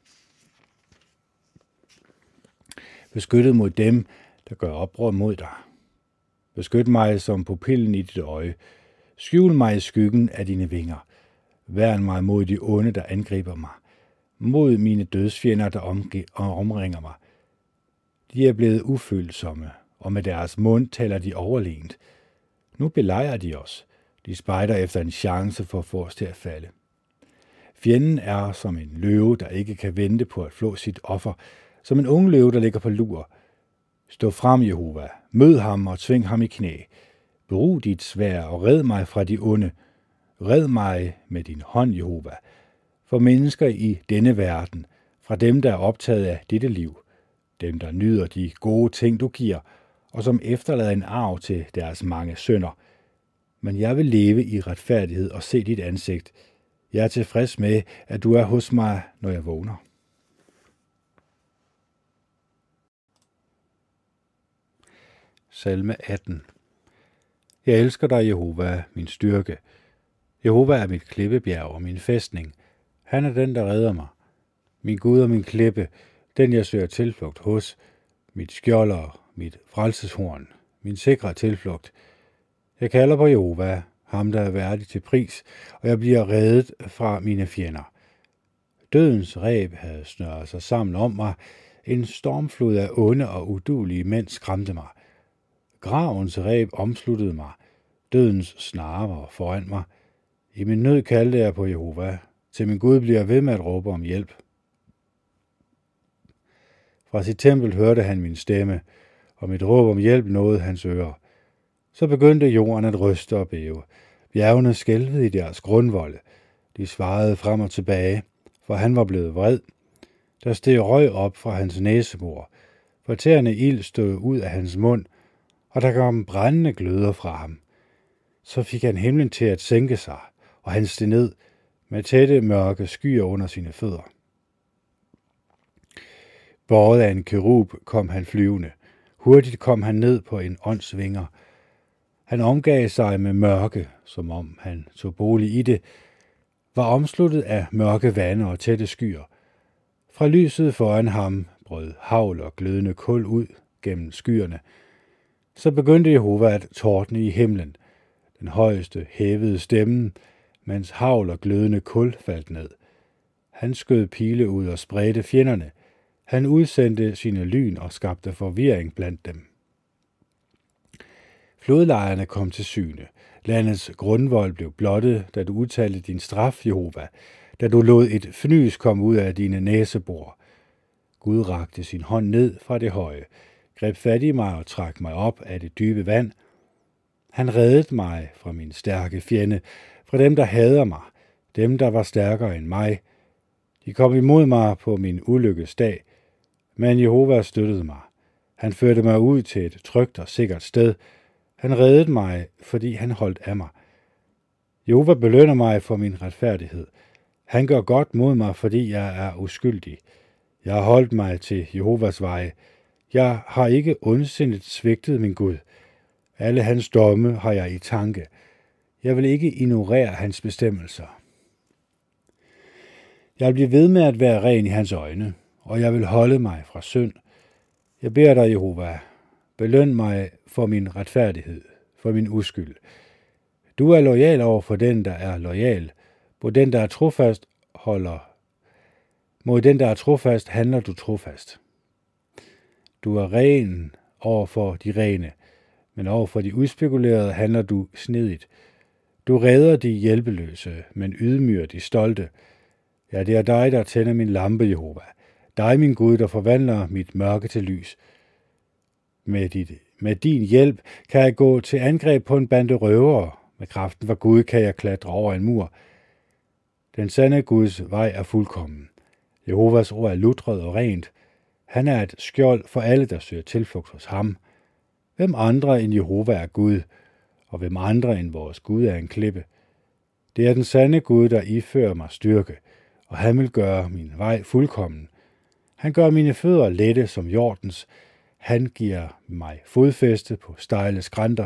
Beskyttet mod dem, der gør oprør mod dig. Beskyt mig som pupillen i dit øje. Skjul mig i skyggen af dine vinger. Værn mig mod de onde, der angriber mig. Mod mine dødsfjender, der omge- omringer mig. De er blevet ufølsomme, og med deres mund taler de overlegent. Nu belejrer de os. De spejder efter en chance for at få os til at falde. Fjenden er som en løve, der ikke kan vente på at flå sit offer, som en ung løve, der ligger på lur. Stå frem, Jehova, mød ham og tving ham i knæ. Brug dit sværd og red mig fra de onde. Red mig med din hånd, Jehova, for mennesker i denne verden, fra dem, der er optaget af dette liv, dem, der nyder de gode ting, du giver, og som efterlader en arv til deres mange sønner. Men jeg vil leve i retfærdighed og se dit ansigt. Jeg er tilfreds med, at du er hos mig, når jeg vågner. Salme atten. Jeg elsker dig, Jehova, min styrke. Jehova er mit klippebjerg og min fæstning. Han er den, der redder mig. Min Gud og min klippe, den jeg søger tilflugt hos. Mit skjold og mit frelseshorn, min sikre tilflugt. Jeg kalder på Jehova, ham der er værdig til pris, og jeg bliver reddet fra mine fjender. Dødens reb havde snøret sig sammen om mig. En stormflod af onde og uduelige mænd skræmte mig. Gravens reb omsluttede mig. Dødens snare var foran mig. I min nød kaldte jeg på Jehova. Til min Gud bliver ved med at råbe om hjælp. Fra sit tempel hørte han min stemme, og mit råb om hjælp nåede hans ører. Så begyndte jorden at ryste og bæve. Bjergene skælvede i deres grundvolde. De svarede frem og tilbage, for han var blevet vred. Der steg røg op fra hans næsebor. Fortærende ild stod ud af hans mund, og der kom brændende gløder fra ham. Så fik han himlen til at sænke sig, og han steg ned med tætte mørke skyer under sine fødder. Båret af en kerub kom han flyvende. Hurtigt kom han ned på en ånds vinger. Han omgav sig med mørke, som om han tog bolig i det, var omsluttet af mørke vande og tætte skyer. Fra lyset foran ham brød hagl og glødende kul ud gennem skyerne. Så begyndte Jehova at tordne i himlen. Den højeste hævede stemmen, mens hagl og glødende kul faldt ned. Han skød pile ud og spredte fjenderne. Han udsendte sine lyn og skabte forvirring blandt dem. Flodlejrene kom til syne. Landets grundvold blev blottet, da du udtalte din straf, Jehova, da du lod et fnys komme ud af dine næsebor. Gud rakte sin hånd ned fra det høje, greb fat i mig og trak mig op af det dybe vand. Han reddede mig fra min stærke fjende, fra dem, der hader mig, dem, der var stærkere end mig. De kom imod mig på min ulykkes dag, men Jehova støttede mig. Han førte mig ud til et trygt og sikkert sted. Han reddede mig, fordi han holdt af mig. Jehova belønner mig for min retfærdighed. Han gør godt mod mig, fordi jeg er uskyldig. Jeg har holdt mig til Jehovas veje. Jeg har ikke ondsindet svigtet min Gud. Alle hans domme har jeg i tanke. Jeg vil ikke ignorere hans bestemmelser. Jeg vil blive ved med at være ren i hans øjne, og jeg vil holde mig fra synd. Jeg beder dig, Jehova, beløn mig for min retfærdighed, for min uskyld. Du er lojal over for den, der er lojal. Mod den, der er trofast, holder. Mod den, der er trofast, handler du trofast. Du er ren over for de rene, men over for de udspekulerede handler du snedigt. Du redder de hjælpeløse, men ydmyger de stolte. Ja, det er dig, der tænder min lampe, Jehova. Dig, min Gud, der forvandler mit mørke til lys. Med, dit, med din hjælp kan jeg gå til angreb på en bande røvere. Med kraften fra Gud kan jeg klatre over en mur. Den sande Guds vej er fuldkommen. Jehovas ord er lutret og rent. Han er et skjold for alle, der søger tilflugt hos ham. Hvem andre end Jehova er Gud, og hvem andre end vores Gud er en klippe? Det er den sande Gud, der ifører mig styrke, og han vil gøre min vej fuldkommen. Han gør mine fødder lette som jordens. Han giver mig fodfæste på stejle skrænter.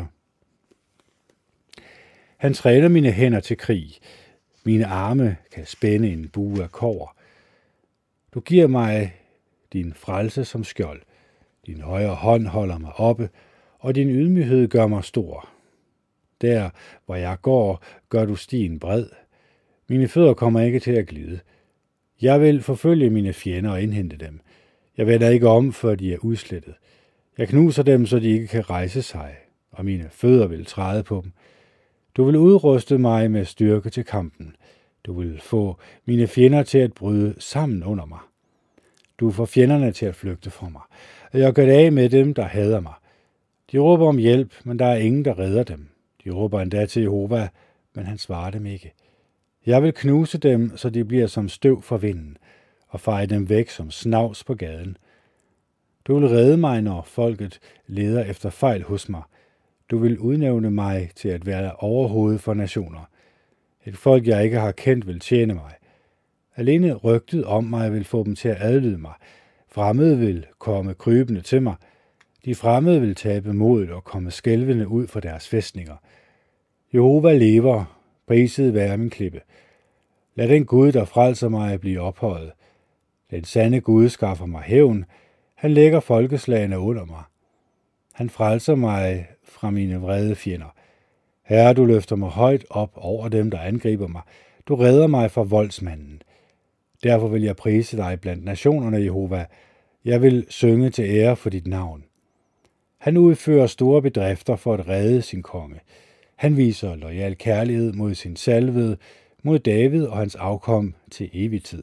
Han træner mine hænder til krig. Mine arme kan spænde en bue af kobber. Du giver mig din frelse som skjold. Din højre hånd holder mig oppe, og din ydmyghed gør mig stor. Der, hvor jeg går, gør du stien bred. Mine fødder kommer ikke til at glide. Jeg vil forfølge mine fjender og indhente dem. Jeg vender ikke om, før de er udslettet. Jeg knuser dem, så de ikke kan rejse sig, og mine fødder vil træde på dem. Du vil udruste mig med styrke til kampen. Du vil få mine fjender til at bryde sammen under mig. Du får fjenderne til at flygte fra mig, og jeg gør det af med dem, der hader mig. De råber om hjælp, men der er ingen, der redder dem. De råber endda til Jehova, men han svarer dem ikke. Jeg vil knuse dem, så de bliver som støv for vinden, og feje dem væk som snavs på gaden. Du vil redde mig, når folket leder efter fejl hos mig. Du vil udnævne mig til at være overhoved for nationer. Et folk, jeg ikke har kendt, vil tjene mig. Alene rygtet om mig vil få dem til at adlyde mig. Fremmede vil komme krybende til mig. De fremmede vil tabe modet og komme skælvende ud fra deres fæstninger. Jehova lever, priset være min klippe. Lad den Gud, der frelser mig, blive ophøjet. Den sande Gud skaffer mig hævn. Han lægger folkeslagene under mig. Han frelser mig fra mine vrede fjender. Herre, du løfter mig højt op over dem, der angriber mig. Du redder mig fra voldsmanden. Derfor vil jeg prise dig blandt nationerne, Jehova. Jeg vil synge til ære for dit navn. Han udfører store bedrifter for at redde sin konge. Han viser loyal kærlighed mod sin salvede, mod David og hans afkom til evig tid.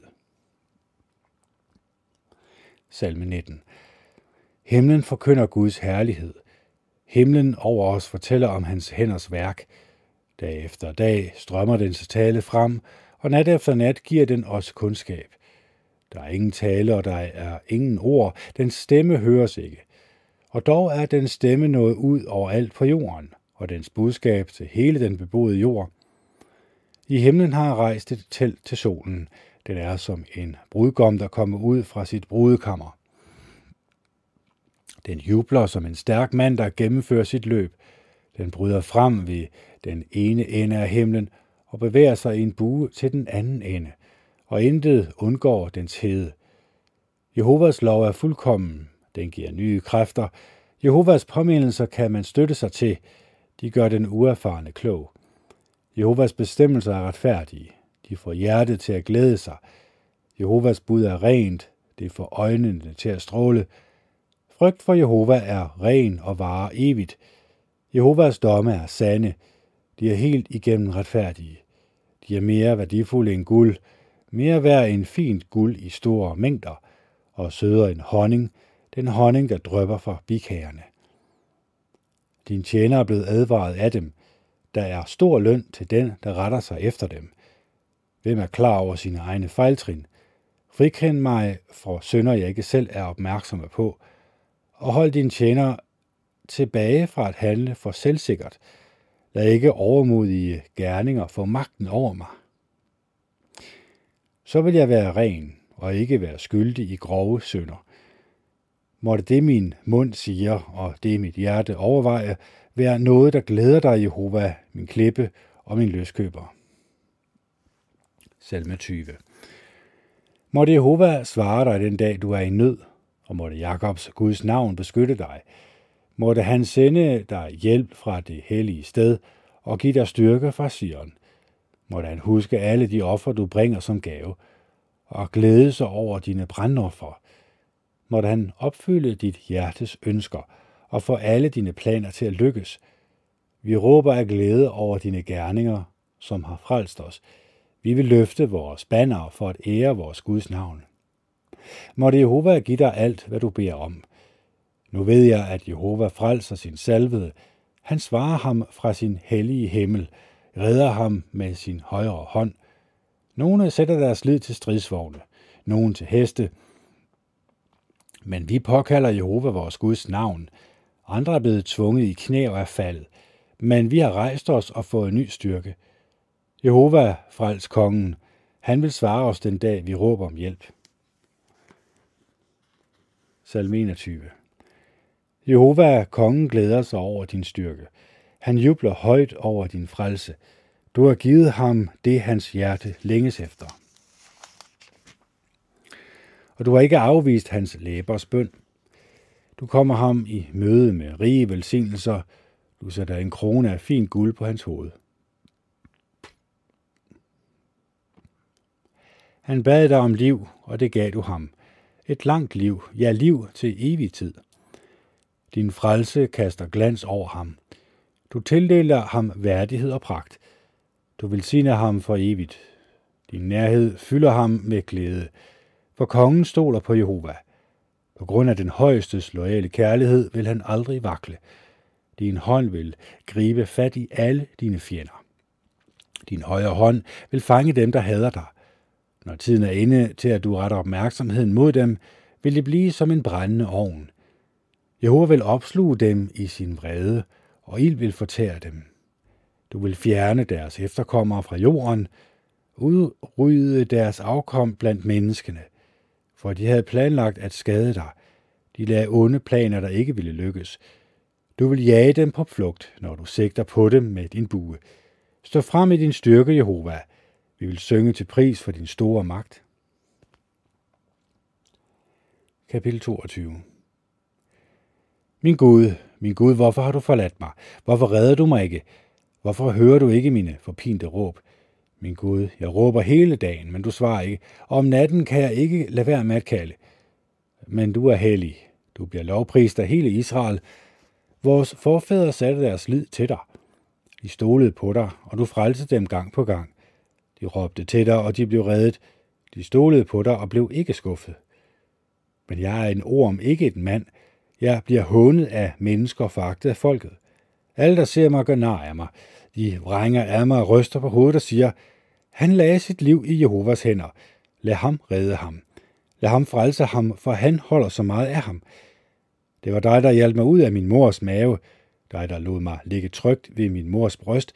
Salme nitten. Himlen forkynder Guds herlighed. Himlen over os fortæller om hans hænders værk. Dag efter dag strømmer dens tale frem, og nat efter nat giver den os kundskab. Der er ingen tale, og der er ingen ord. Den stemme høres ikke. Og dog er den stemme nået ud overalt på jorden, og dens budskab til hele den beboede jord. I himlen har han rejst et telt til solen. Den er som en brudgom, der kommer ud fra sit brudekammer. Den jubler som en stærk mand, der gennemfører sit løb. Den bryder frem ved den ene ende af himlen og bevæger sig i en bue til den anden ende, og intet undgår dens hede. Jehovas lov er fuldkommen. Den giver nye kræfter. Jehovas påmindelser kan man støtte sig til. De gør den uerfarne klog. Jehovas bestemmelser er retfærdige. De får hjertet til at glæde sig. Jehovas bud er rent. Det får øjnene til at stråle. Frygt for Jehova er ren og varer evigt. Jehovas domme er sande. De er helt igennem retfærdige. De er mere værdifulde end guld, mere værd end fint guld i store mængder, og sødere end honning, den honning, der drypper fra bikagerne. Din tjener er blevet advaret af dem. Der er stor løn til den, der retter sig efter dem. Hvem er klar over sine egne fejltrin? Frikend mig for synder, jeg ikke selv er opmærksomme på, og hold din tjener tilbage fra at handle for selvsikkert. Lad ikke overmodige gerninger få magten over mig. Så vil jeg være ren og ikke være skyldig i grove synder. Måtte det min mund siger, og det mit hjerte overveje, være noget, der glæder dig, Jehova, min klippe og min løskøber. Salme tyve. Måtte Jehova svare dig den dag, du er i nød, og måtte Jakobs Guds navn beskytte dig. Måtte han sende dig hjælp fra det hellige sted og give dig styrke fra Sion. Måtte han huske alle de offer, du bringer som gave, og glæde sig over dine brandoffer. Måtte han opfylde dit hjertes ønsker og få alle dine planer til at lykkes. Vi råber af glæde over dine gerninger, som har frelst os. Vi vil løfte vores banner for at ære vores Guds navn. Måtte Jehova give dig alt, hvad du beder om. Nu ved jeg, at Jehova frelser sin salvede. Han svarer ham fra sin hellige himmel, redder ham med sin højre hånd. Nogle sætter deres lid til stridsvogne, nogle til heste, men vi påkalder Jehova vores Guds navn. Andre er blevet tvunget i knæ og er faldet, men vi har rejst os og fået ny styrke. Jehova, frels kongen, han vil svare os den dag, vi råber om hjælp. Salme enogtyve. Jehova, kongen, glæder sig over din styrke. Han jubler højt over din frelse. Du har givet ham det, hans hjerte længes efter. Og du har ikke afvist hans læbers bøn. Du kommer ham i møde med rige velsignelser. Du sætter en krone af fint guld på hans hoved. Han bad dig om liv, og det gav du ham. Et langt liv, ja liv til evig tid. Din frelse kaster glans over ham. Du tildeler ham værdighed og pragt. Du velsigner ham for evigt. Din nærhed fylder ham med glæde. For kongen stoler på Jehova. På grund af den højestes loyale kærlighed vil han aldrig vakle. Din hånd vil gribe fat i alle dine fjender. Din højre hånd vil fange dem, der hader dig. Når tiden er inde til, at du retter opmærksomheden mod dem, vil det blive som en brændende ovn. Jehova vil opsluge dem i sin vrede, og ild vil fortære dem. Du vil fjerne deres efterkommere fra jorden, udrydde deres afkom blandt menneskene, for de havde planlagt at skade dig. De lagde onde planer, der ikke ville lykkes. Du vil jage dem på flugt, når du sigter på dem med din bue. Stå frem i din styrke, Jehova. Vi vil synge til pris for din store magt. Kapitel toogtyve. Min Gud, min Gud, hvorfor har du forladt mig? Hvorfor redder du mig ikke? Hvorfor hører du ikke mine forpinte råb? Min Gud, jeg råber hele dagen, men du svarer ikke, og om natten kan jeg ikke lade være med at kalde. Men du er hellig. Du bliver lovprist af hele Israel. Vores forfædre satte deres lid til dig. De stolede på dig, og du frelsede dem gang på gang. De råbte til dig, og de blev reddet. De stolede på dig og blev ikke skuffet. Men jeg er en orm, ikke en mand. Jeg bliver hånet af mennesker og foragtet af folket. Alle, der ser mig, gør nar af mig. De vrænger af mig og ryster på hovedet og siger, han lagde sit liv i Jehovas hænder. Lad ham redde ham. Lad ham frelse ham, for han holder så meget af ham. Det var dig, der hjalp mig ud af min mors mave. Dig, der lod mig ligge trygt ved min mors bryst.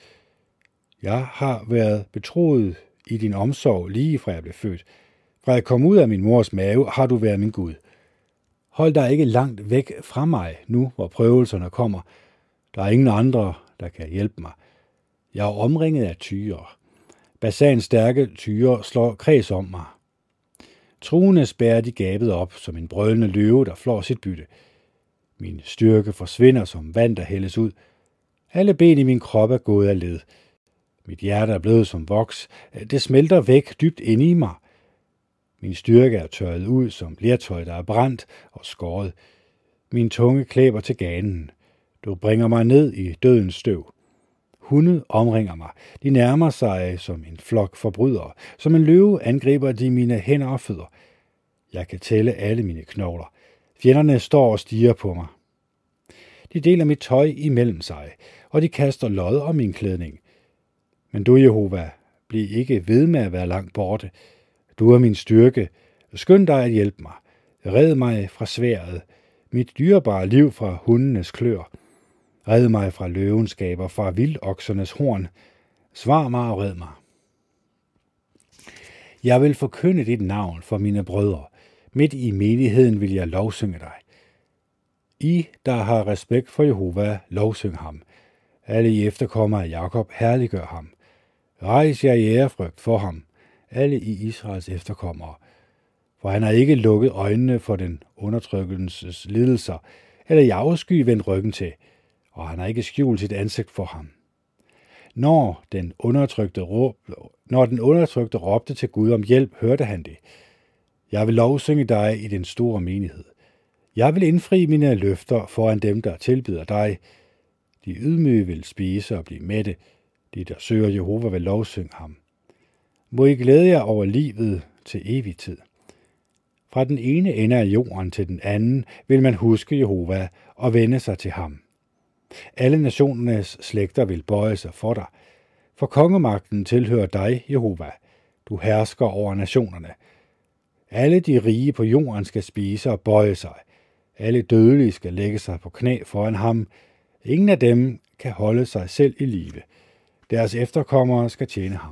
Jeg har været betroet i din omsorg lige fra jeg blev født. Fra jeg kom ud af min mors mave, har du været min Gud. Hold dig ikke langt væk fra mig, nu hvor prøvelserne kommer. Der er ingen andre, der kan hjælpe mig. Jeg er omringet af tyre. Basans stærke tyre slår kreds om mig. Truende spærrer de gabet op, som en brølende løve, der flår sit bytte. Min styrke forsvinder som vand, der hældes ud. Alle ben i min krop er gået af led. Mit hjerte er blevet som voks. Det smelter væk dybt inde i mig. Min styrke er tørret ud som lertøj, der er brændt og skåret. Min tunge klæber til ganen. Du bringer mig ned i dødens støv. Hunde omringer mig. De nærmer sig som en flok forbrydere. Som en løve angriber de mine hænder og fødder. Jeg kan tælle alle mine knogler. Fjenderne står og stiger på mig. De deler mit tøj imellem sig, og de kaster lod om min klædning. Men du, Jehova, bliv ikke ved med at være langt borte. Du er min styrke. Skynd dig at hjælpe mig. Red mig fra sværdet. Mit dyrebare liv fra hundenes klør. Red mig fra løvenskaber, fra vildoksernes horn. Svar mig og red mig. Jeg vil forkynde dit navn for mine brødre. Midt i menigheden vil jeg lovsynge dig. I, der har respekt for Jehova, lovsyng ham. Alle I efterkommere af Jakob, herliggør ham. Rejs jer i ærefrygt for ham, alle I Israels efterkommere. For han har ikke lukket øjnene for den undertrykkelses lidelser, eller i afsky vendt ryggen til, og han har ikke skjult sit ansigt for ham. Når den undertrykte, råb, når den undertrykte råbte til Gud om hjælp, hørte han det. Jeg vil lovsynge dig i den store menighed. Jeg vil indfri mine løfter foran dem, der tilbyder dig. De ydmyge vil spise og blive mætte. De, der søger Jehova, vil lovsynge ham. Må I glæde jer over livet til evig tid. Fra den ene ende af jorden til den anden vil man huske Jehova og vende sig til ham. Alle nationernes slægter vil bøje sig for dig. For kongemagten tilhører dig, Jehova. Du hersker over nationerne. Alle de rige på jorden skal spise og bøje sig. Alle dødelige skal lægge sig på knæ foran ham. Ingen af dem kan holde sig selv i live. Deres efterkommere skal tjene ham.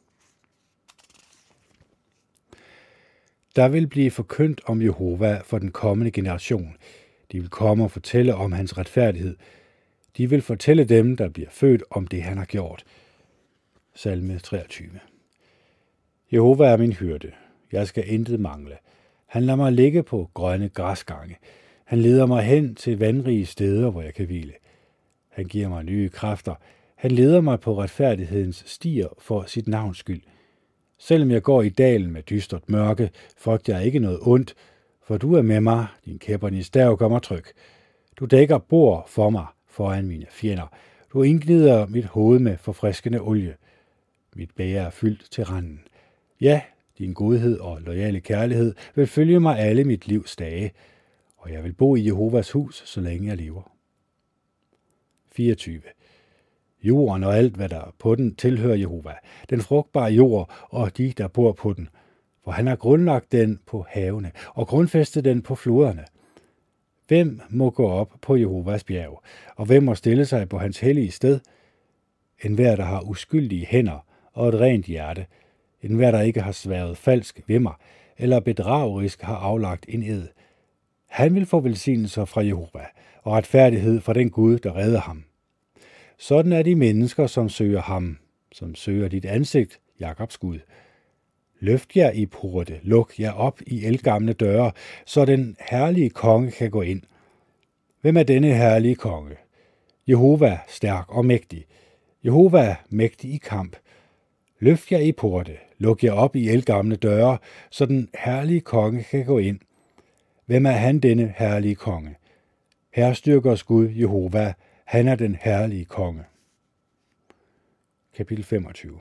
Der vil blive forkyndt om Jehova for den kommende generation. De vil komme og fortælle om hans retfærdighed. De vil fortælle dem, der bliver født, om det, han har gjort. Salme treogtyve. Jehova er min hyrde. Jeg skal intet mangle. Han lader mig ligge på grønne græsgange. Han leder mig hen til vandrige steder, hvor jeg kan hvile. Han giver mig nye kræfter. Han leder mig på retfærdighedens stier for sit navns skyld. Selvom jeg går i dalen med dystert mørke, frygter jeg ikke noget ondt, for du er med mig, din kæp og din stav gør mig tryg. Du dækker bord for mig foran mine fjender. Du indgnider mit hoved med forfriskende olie. Mit bæger er fyldt til randen. Ja, din godhed og loyale kærlighed vil følge mig alle mit livs dage, og jeg vil bo i Jehovas hus, så længe jeg lever. fireogtyve. Jorden og alt, hvad der på den, tilhører Jehova, den frugtbare jord og de, der bor på den, for han har grundlagt den på havene og grundfæstet den på floderne. Hvem må gå op på Jehovas bjerg, og hvem må stille sig på hans hellige sted? Enhver, der har uskyldige hænder og et rent hjerte, enhver, der ikke har sværget falsk ved mig, eller bedragerisk har aflagt en ed. Han vil få velsignelser fra Jehova, og retfærdighed fra den Gud, der redder ham. Sådan er de mennesker, som søger ham, som søger dit ansigt, Jakobs Gud. Løft jer i porte, luk jer op i ældgamle døre, så den herlige konge kan gå ind. Hvem er denne herlige konge? Jehova, stærk og mægtig. Jehova, mægtig i kamp. Løft jer i porte, luk jer op i ældgamle døre, så den herlige konge kan gå ind. Hvem er han, denne herlige konge? Herstyrkers Gud, Jehova, han er den herlige konge. Kapitel femogtyve.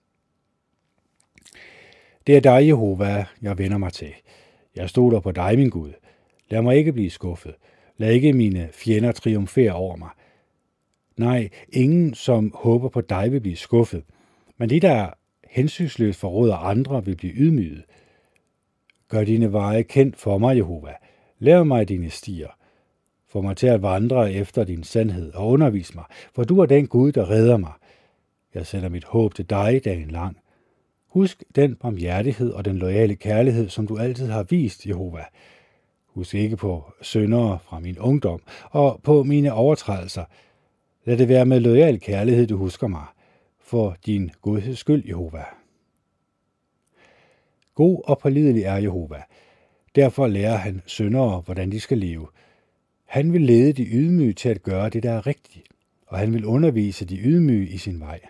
Det er dig, Jehova, jeg vender mig til. Jeg stoler på dig, min Gud. Lad mig ikke blive skuffet. Lad ikke mine fjender triumfere over mig. Nej, ingen, som håber på dig, vil blive skuffet. Men de, der hensynsløst forråder andre, vil blive ydmyget. Gør dine veje kendt for mig, Jehova. Lav mig dine stier. Få mig til at vandre efter din sandhed og undervis mig, for du er den Gud, der redder mig. Jeg sætter mit håb til dig dagen lang. Husk den barmhjertighed og den loyale kærlighed, som du altid har vist, Jehova. Husk ikke på syndere fra min ungdom og på mine overtrædelser. Lad det være med loyal kærlighed, du husker mig, for din godheds skyld, Jehova. God og pålidelig er Jehova. Derfor lærer han syndere, hvordan de skal leve. Han vil lede de ydmyge til at gøre det, der er rigtigt, og han vil undervise de ydmyge i sin vej.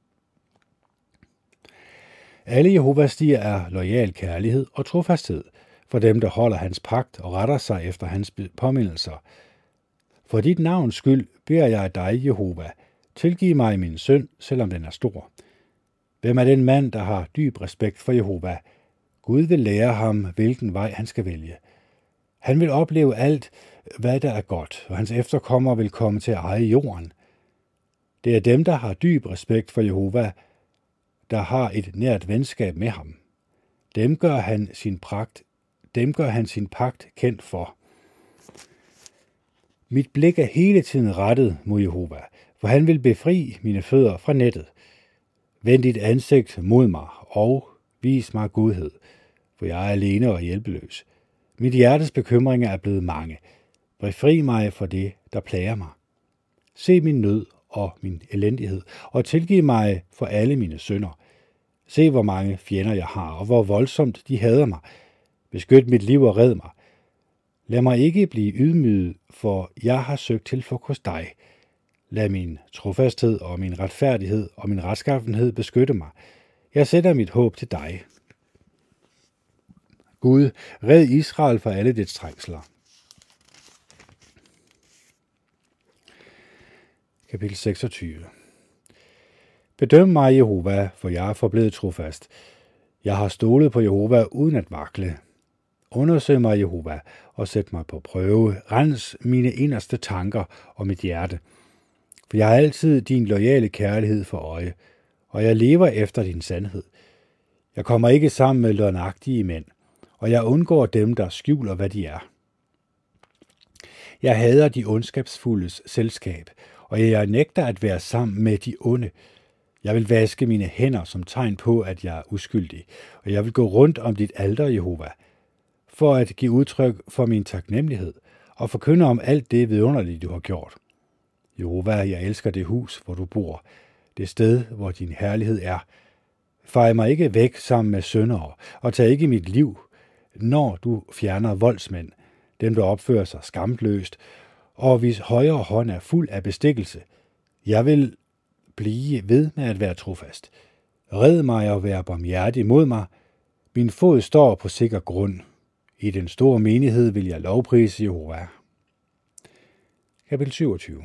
Alle Jehovas stier er loyal kærlighed og trofasthed for dem, der holder hans pagt og retter sig efter hans påmindelser. For dit navns skyld beder jeg dig, Jehova, tilgiv mig min synd, selvom den er stor. Hvem er den mand, der har dyb respekt for Jehova? Gud vil lære ham, hvilken vej han skal vælge. Han vil opleve alt, hvad der er godt, og hans efterkommere vil komme til at eje jorden. Det er dem, der har dyb respekt for Jehova, der har et nært venskab med ham. Dem gør han sin pragt, dem gør han sin pagt kendt for. Mit blik er hele tiden rettet mod Jehova, for han vil befri mine fødder fra nettet. Vend dit ansigt mod mig og vis mig godhed, for jeg er alene og hjælpeløs. Mit hjertes bekymringer er blevet mange. Befri mig for det, der plager mig. Se min nød og min elendighed, og tilgiv mig for alle mine synder. Se, hvor mange fjender jeg har, og hvor voldsomt de hader mig. Beskyt mit liv og red mig. Lad mig ikke blive ydmyget, for jeg har søgt tilflugt hos dig. Lad min trofasthed og min retfærdighed og min retskaffenhed beskytte mig. Jeg sætter mit håb til dig. Gud, red Israel fra alle dets trængsler. Kapitel seksogtyve. Bedøm mig, Jehova, for jeg er forblevet trofast. Jeg har stolet på Jehova uden at vakle. Undersøg mig, Jehova, og sæt mig på prøve. Rens mine inderste tanker og mit hjerte. For jeg har altid din loyale kærlighed for øje, og jeg lever efter din sandhed. Jeg kommer ikke sammen med løgnagtige mænd, og jeg undgår dem, der skjuler, hvad de er. Jeg hader de ondskabsfuldes selskab, og jeg nægter at være sammen med de onde. Jeg vil vaske mine hænder som tegn på, at jeg er uskyldig, og jeg vil gå rundt om dit alter, Jehova, for at give udtryk for min taknemmelighed og forkynde om alt det vidunderlige, du har gjort. Jehova, jeg elsker det hus, hvor du bor, det sted, hvor din herlighed er. Fej mig ikke væk sammen med syndere, og tag ikke mit liv, når du fjerner voldsmænd, dem der opfører sig skamløst, og hvis højre hånd er fuld af bestikkelse. Jeg vil blive ved med at være trofast. Red mig og være barmhjertig mod mig. Min fod står på sikker grund. I den store menighed vil jeg lovprise Jehova. Kapitel syvogtyve.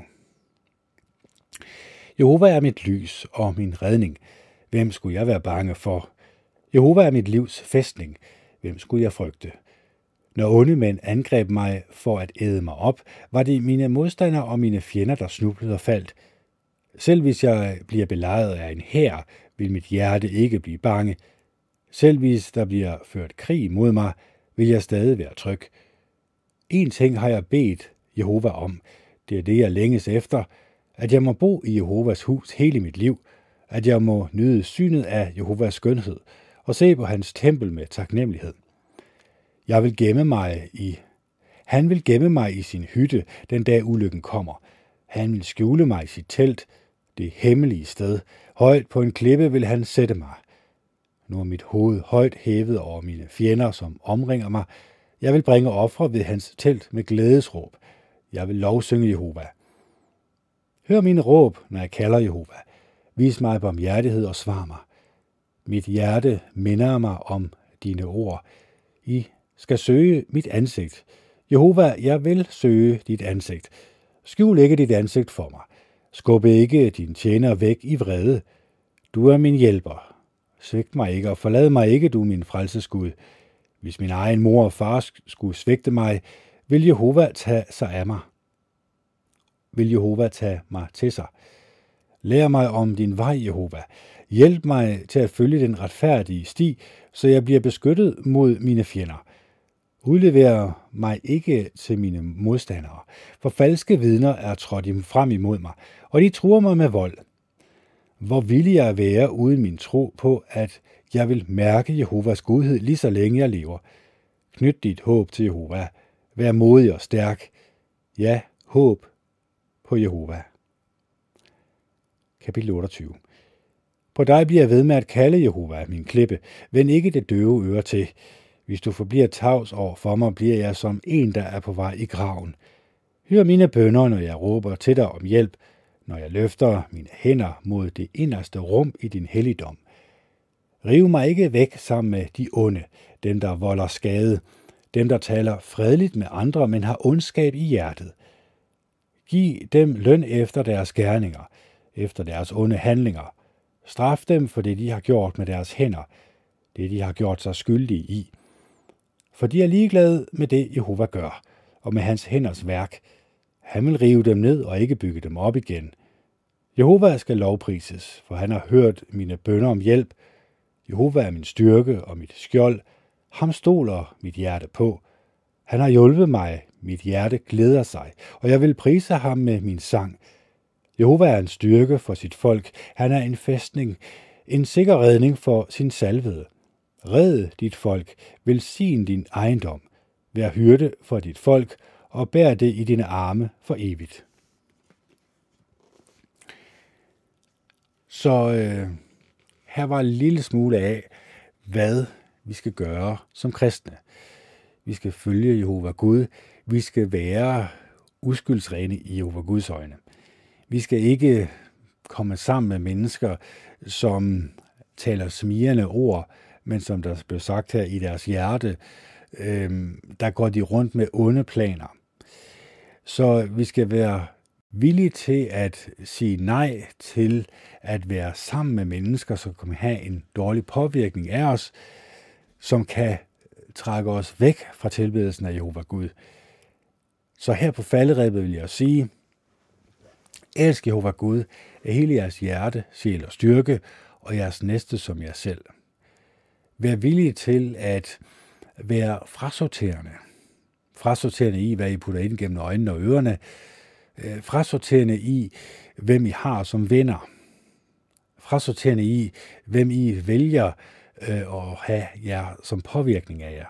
Jehova er mit lys og min redning. Hvem skulle jeg være bange for? Jehova er mit livs fæstning. Hvem skulle jeg frygte? Når onde mænd angreb mig for at æde mig op, var det mine modstandere og mine fjender, der snublede og faldt. Selv hvis jeg bliver belejret af en hær, vil mit hjerte ikke blive bange. Selv hvis der bliver ført krig mod mig, vil jeg stadig være tryg. En ting har jeg bedt Jehova om. Det er det, jeg længes efter, at jeg må bo i Jehovas hus hele mit liv, at jeg må nyde synet af Jehovas skønhed og se på hans tempel med taknemmelighed. Jeg vil gemme mig i Han vil gemme mig i sin hytte, den dag ulykken kommer. Han vil skjule mig i sit telt, det hemmelige sted. Højt på en klippe vil han sætte mig. Nu er mit hoved højt hævet over mine fjender, som omringer mig. Jeg vil bringe ofre ved hans telt med glædesråb. Jeg vil lovsynge Jehova. Hør mine råb, når jeg kalder Jehova. Vis mig barmhjertighed og svar mig. Mit hjerte minder mig om dine ord. I skal søge mit ansigt. Jehova, jeg vil søge dit ansigt. Skjul ikke dit ansigt for mig. Skub ikke din tjener væk i vrede. Du er min hjælper. Svigt mig ikke og forlad mig ikke, du min frelsesgud. Hvis min egen mor og far skulle svigte mig, vil Jehova tage sig af mig. Vil Jehova tage mig til sig. Lær mig om din vej, Jehova. Hjælp mig til at følge den retfærdige sti, så jeg bliver beskyttet mod mine fjender. Udlever mig ikke til mine modstandere, for falske vidner er trådt frem imod mig, og de truer mig med vold. Hvor ville jeg være uden min tro på, at jeg vil mærke Jehovas godhed lige så længe jeg lever. Knyt dit håb til Jehova. Vær modig og stærk. Ja, håb på Jehova. Kapitel otteogtyve. På dig bliver jeg ved med at kalde Jehova min klippe. Vend ikke det døve øre til. Hvis du forbliver tavs over for mig, bliver jeg som en, der er på vej i graven. Hør mine bønner, når jeg råber til dig om hjælp, når jeg løfter mine hænder mod det inderste rum i din helligdom. Riv mig ikke væk sammen med de onde, dem der volder skade, dem der taler fredeligt med andre, men har ondskab i hjertet. Giv dem løn efter deres gerninger, efter deres onde handlinger. Straf dem for det, de har gjort med deres hænder, det de har gjort sig skyldige i. For de er ligeglade med det, Jehova gør, og med hans hænders værk. Han vil rive dem ned og ikke bygge dem op igen. Jehova skal lovprises, for han har hørt mine bønner om hjælp. Jehova er min styrke og mit skjold. Ham stoler mit hjerte på. Han har hjulpet mig, mit hjerte glæder sig, og jeg vil prise ham med min sang. Jehova er en styrke for sit folk. Han er en fæstning, en sikker redning for sin salvede. Red dit folk, velsign din ejendom. Vær hyrde for dit folk, og bær det i dine arme for evigt. Så øh, her var en lille smule af, hvad vi skal gøre som kristne. Vi skal følge Jehova Gud. Vi skal være uskyldsrene i Jehova Guds øjne. Vi skal ikke komme sammen med mennesker, som taler smirrende ord, men som der blev sagt her i deres hjerte, øh, der går de rundt med onde planer. Så vi skal være villige til at sige nej til at være sammen med mennesker, som kan have en dårlig påvirkning af os, som kan trække os væk fra tilbedelsen af Jehova Gud. Så her på falderebet vil jeg sige, elsk Jehova Gud af hele jeres hjerte, sjæl og styrke, og jeres næste som jer selv. være villige til at være frasorterende. Frasorterende i, hvad I putter ind gennem øjnene og ørerne. Frasorterende i, hvem I har som venner. Frasorterende i, hvem I vælger øh, at have jer som påvirkning af jer.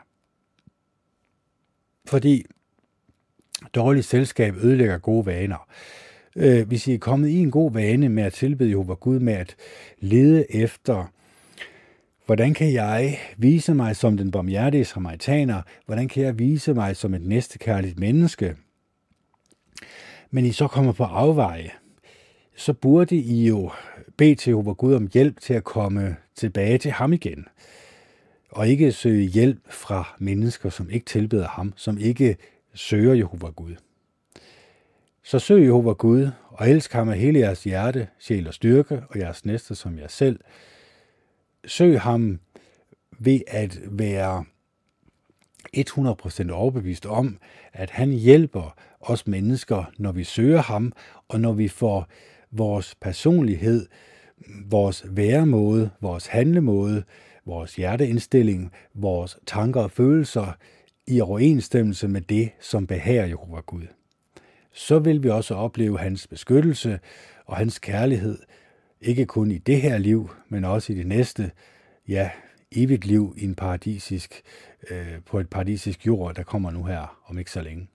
Fordi dårligt selskab ødelægger gode vaner. Øh, hvis I er kommet i en god vane med at tilbede Jehova Gud, med at lede efter, hvordan kan jeg vise mig som den barmhjertige samaritaner? Hvordan kan jeg vise mig som et næstekærligt menneske? Men I så kommer på afveje, så burde I jo bede til Jehova Gud om hjælp til at komme tilbage til ham igen. Og ikke søge hjælp fra mennesker, som ikke tilbeder ham, som ikke søger Jehova Gud. Så søg Jehova Gud, og elsk ham af hele jeres hjerte, sjæl og styrke, og jeres næste som jer selv. Søg ham ved at være hundrede procent overbevist om, at han hjælper os mennesker, når vi søger ham, og når vi får vores personlighed, vores væremåde, vores handlemåde, vores hjerteindstilling, vores tanker og følelser i overensstemmelse med det, som behager Jehova Gud. Så vil vi også opleve hans beskyttelse og hans kærlighed, ikke kun i det her liv, men også i det næste, ja, evigt liv i en paradisisk, øh, på et paradisisk jord, der kommer nu her om ikke så længe.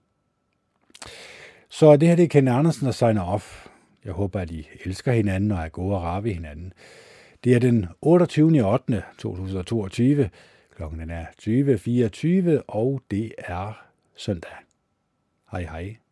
Så det her det er Ken Andersen, der signer off. Jeg håber, at I elsker hinanden og er gode og rare ved hinanden. Det er den otteogtyvende ottende to tusind og toogtyve. Klokken er tyve fireogtyve, og det er søndag. Hej hej.